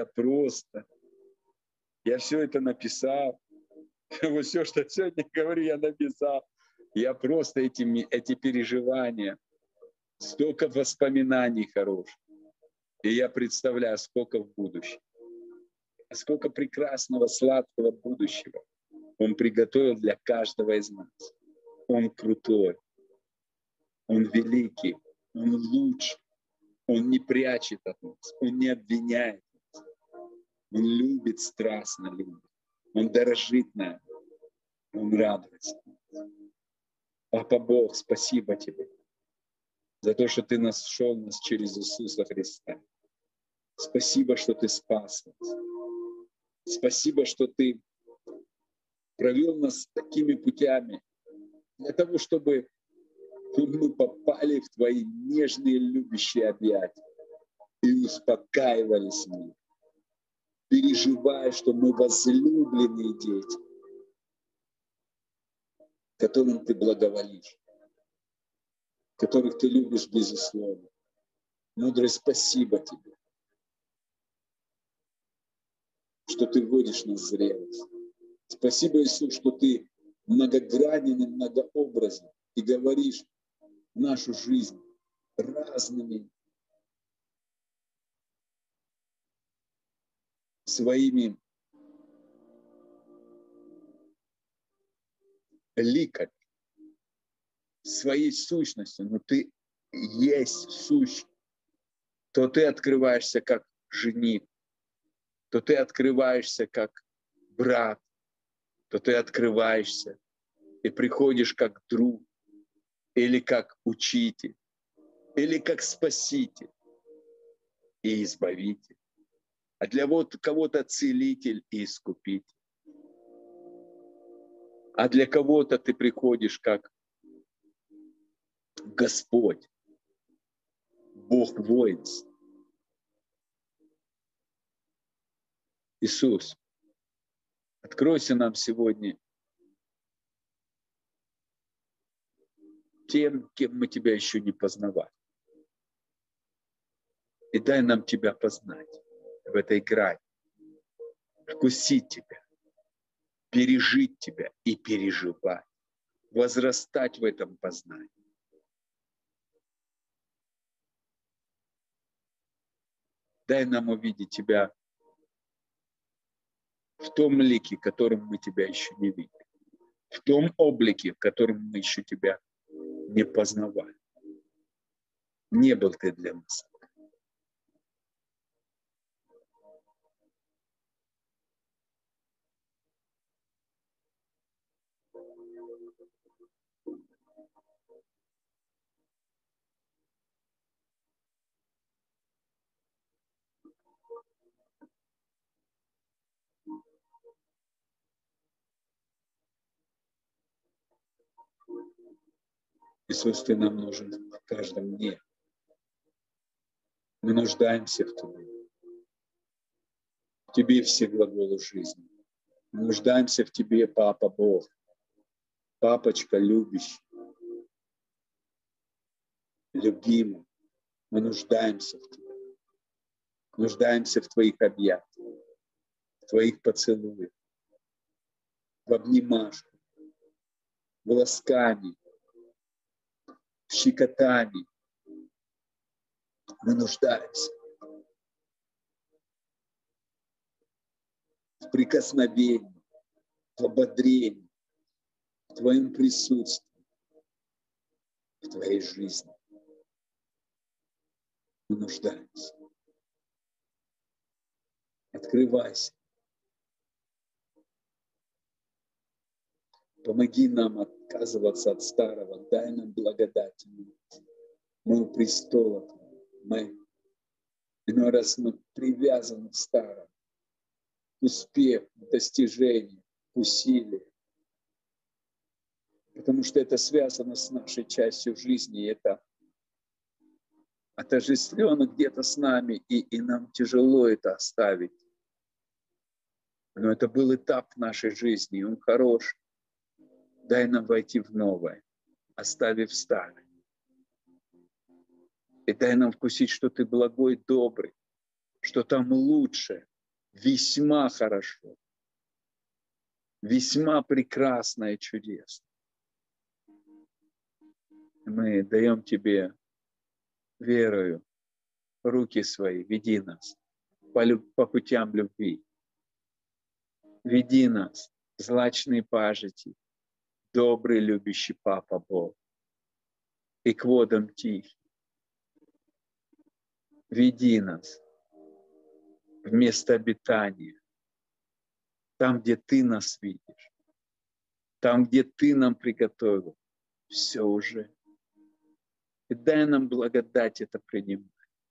я все это написал, вот все, что сегодня говорю, я написал. Я просто эти переживания, столько воспоминаний хороших. И я представляю, сколько в будущем. Сколько прекрасного, сладкого будущего Он приготовил для каждого из нас. Он крутой, Он великий, Он лучший, Он не прячет от нас, Он не обвиняет нас. Он любит, страстно любит, Он дорожит нами, Он радуется. Папа Бог, спасибо Тебе за то, что Ты нашел нас через Иисуса Христа. Спасибо, что Ты спас нас. Спасибо, что Ты провел нас такими путями для того, чтобы мы попали в Твои нежные, любящие объятия и успокаивались в них, переживая, что мы возлюбленные дети, которым Ты благоволишь, которых Ты любишь безусловно. Мудрый, спасибо Тебе, что Ты вводишь нас в зрелость. Спасибо, Иисус, что Ты многогранен и многообразен и говоришь в нашу жизнь разными своими ликами, своей сущностью, но Ты есть сущ. То Ты открываешься как жених, то Ты открываешься как брат, то Ты открываешься и приходишь как друг, или как учитель, или как спаситель и избавитель, а для кого-то целитель и искупитель. А для кого-то ты приходишь как Господь, Бог воинств. Иисус, откройся нам сегодня тем, кем мы Тебя еще не познавали. И дай нам Тебя познать в этой грани, вкусить Тебя, пережить Тебя и переживать, возрастать в этом познании. Дай нам увидеть Тебя в том лике, которым мы Тебя еще не видели, в том облике, в котором мы еще Тебя не познавали. Не был Ты для нас. Иисус, Ты нам нужен в каждом дне. Мы нуждаемся в Тебе. В Тебе все глаголы жизни. Мы нуждаемся в Тебе, Папа Бог, Папочка любящий, любимый. Мы нуждаемся в Тебе. Нуждаемся в Твоих объятиях, в Твоих поцелуях, в обнимашку, в ласкании, в щекотании. Мы нуждаемся в прикосновении, в ободрении, в Твоем присутствии, в Твоей жизни. Мы нуждаемся. Открывайся. Помоги нам отказываться от старого. Дай нам благодать. Мы у престола. Мы иной раз мы привязаны к старому, к успеху, к достижению, к усилию. Потому что это связано с нашей частью жизни. И это отождествлено где-то с нами, и нам тяжело это оставить. Но это был этап нашей жизни, и он хороший. Дай нам войти в новое, оставив старое. И дай нам вкусить, что Ты благой, добрый, что там лучше, весьма хорошо, весьма прекрасно и чудесно. Мы даем Тебе верою руки свои, веди нас по путям любви. Веди нас, злачные пажити, добрый, любящий Папа Бог, и к водам тихим. Веди нас в место обитания, там, где Ты нас видишь, там, где Ты нам приготовил все уже. И дай нам благодать это принимать.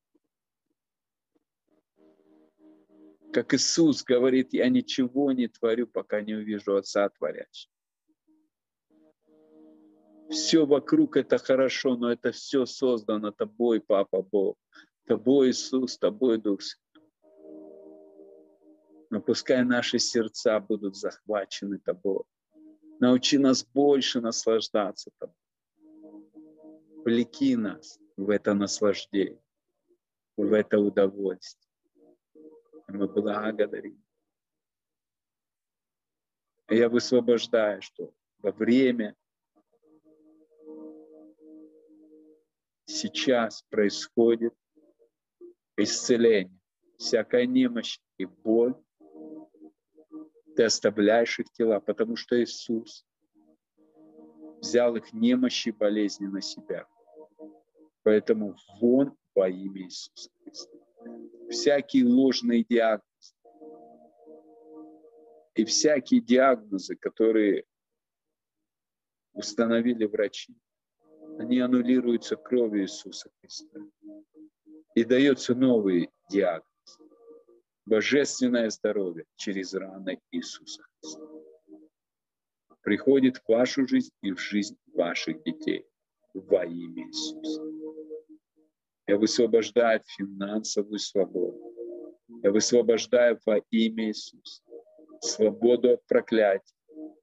Как Иисус говорит, я ничего не творю, пока не увижу Отца творящего. Все вокруг это хорошо, но это все создано Тобой, Папа Бог. Тобой, Иисус, Тобой, Дух Святой. Но пускай наши сердца будут захвачены Тобой. Научи нас больше наслаждаться Тобой. Влеки нас в это наслаждение, в это удовольствие. И мы благодарим. И я высвобождаю, что во время сейчас происходит исцеление. Всякая немощь и боль, ты оставляешь их тела, потому что Иисус взял их немощи и болезни на себя. Поэтому вон во имя Иисуса Христа. Всякие ложные диагнозы и всякие диагнозы, которые установили врачи, они аннулируются кровью Иисуса Христа. И дается новый диагноз. Божественное здоровье через раны Иисуса Христа. Приходит в вашу жизнь и в жизнь ваших детей во имя Иисуса. Я высвобождаю финансовую свободу. Я высвобождаю во имя Иисуса свободу от проклятия,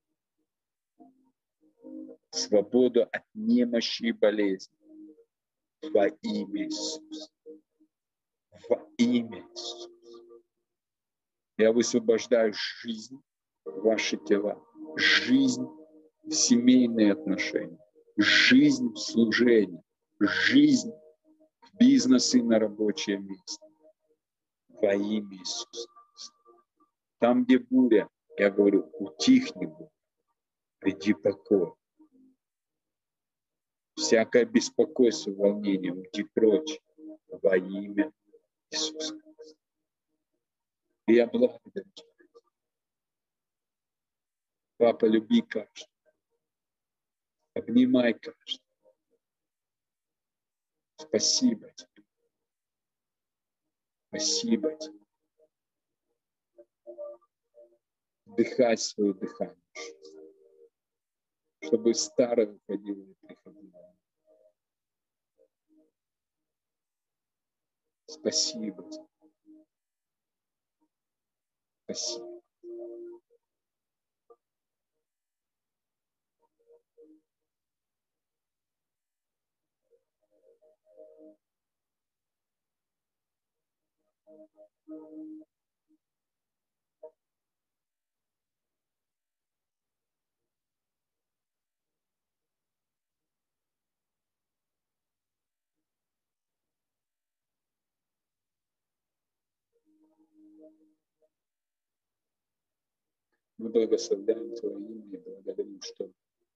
свободу от немощи и болезни во имя Иисуса. Во имя Иисуса. Я высвобождаю жизнь в ваши тела, жизнь в семейные отношения, жизнь в служении, жизнь в бизнесе и на рабочее место. Во имя Иисуса. Там, где буря, я говорю, утихни буря, приди покой. Всякое беспокойство, волнение, уйди прочь во имя Иисуса. И я благодарю Тебя. Папа, люби каждого. Обнимай каждого. Спасибо Тебе. Спасибо Тебе. Вдыхай свое дыхание, чтобы старое уходило и приходило. Спасибо Тебе. Спасибо. Мы благословляем Твое имя и благодарим, что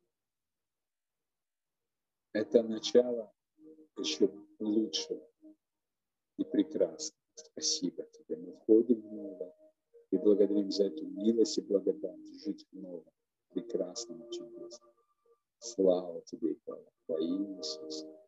это начало еще лучшего и прекрасного. Спасибо Тебе. Мы входим в новое и благодарим за эту милость и благодать жить в новом, прекрасном и чудесном. Слава Тебе и хвала во имя Иисуса.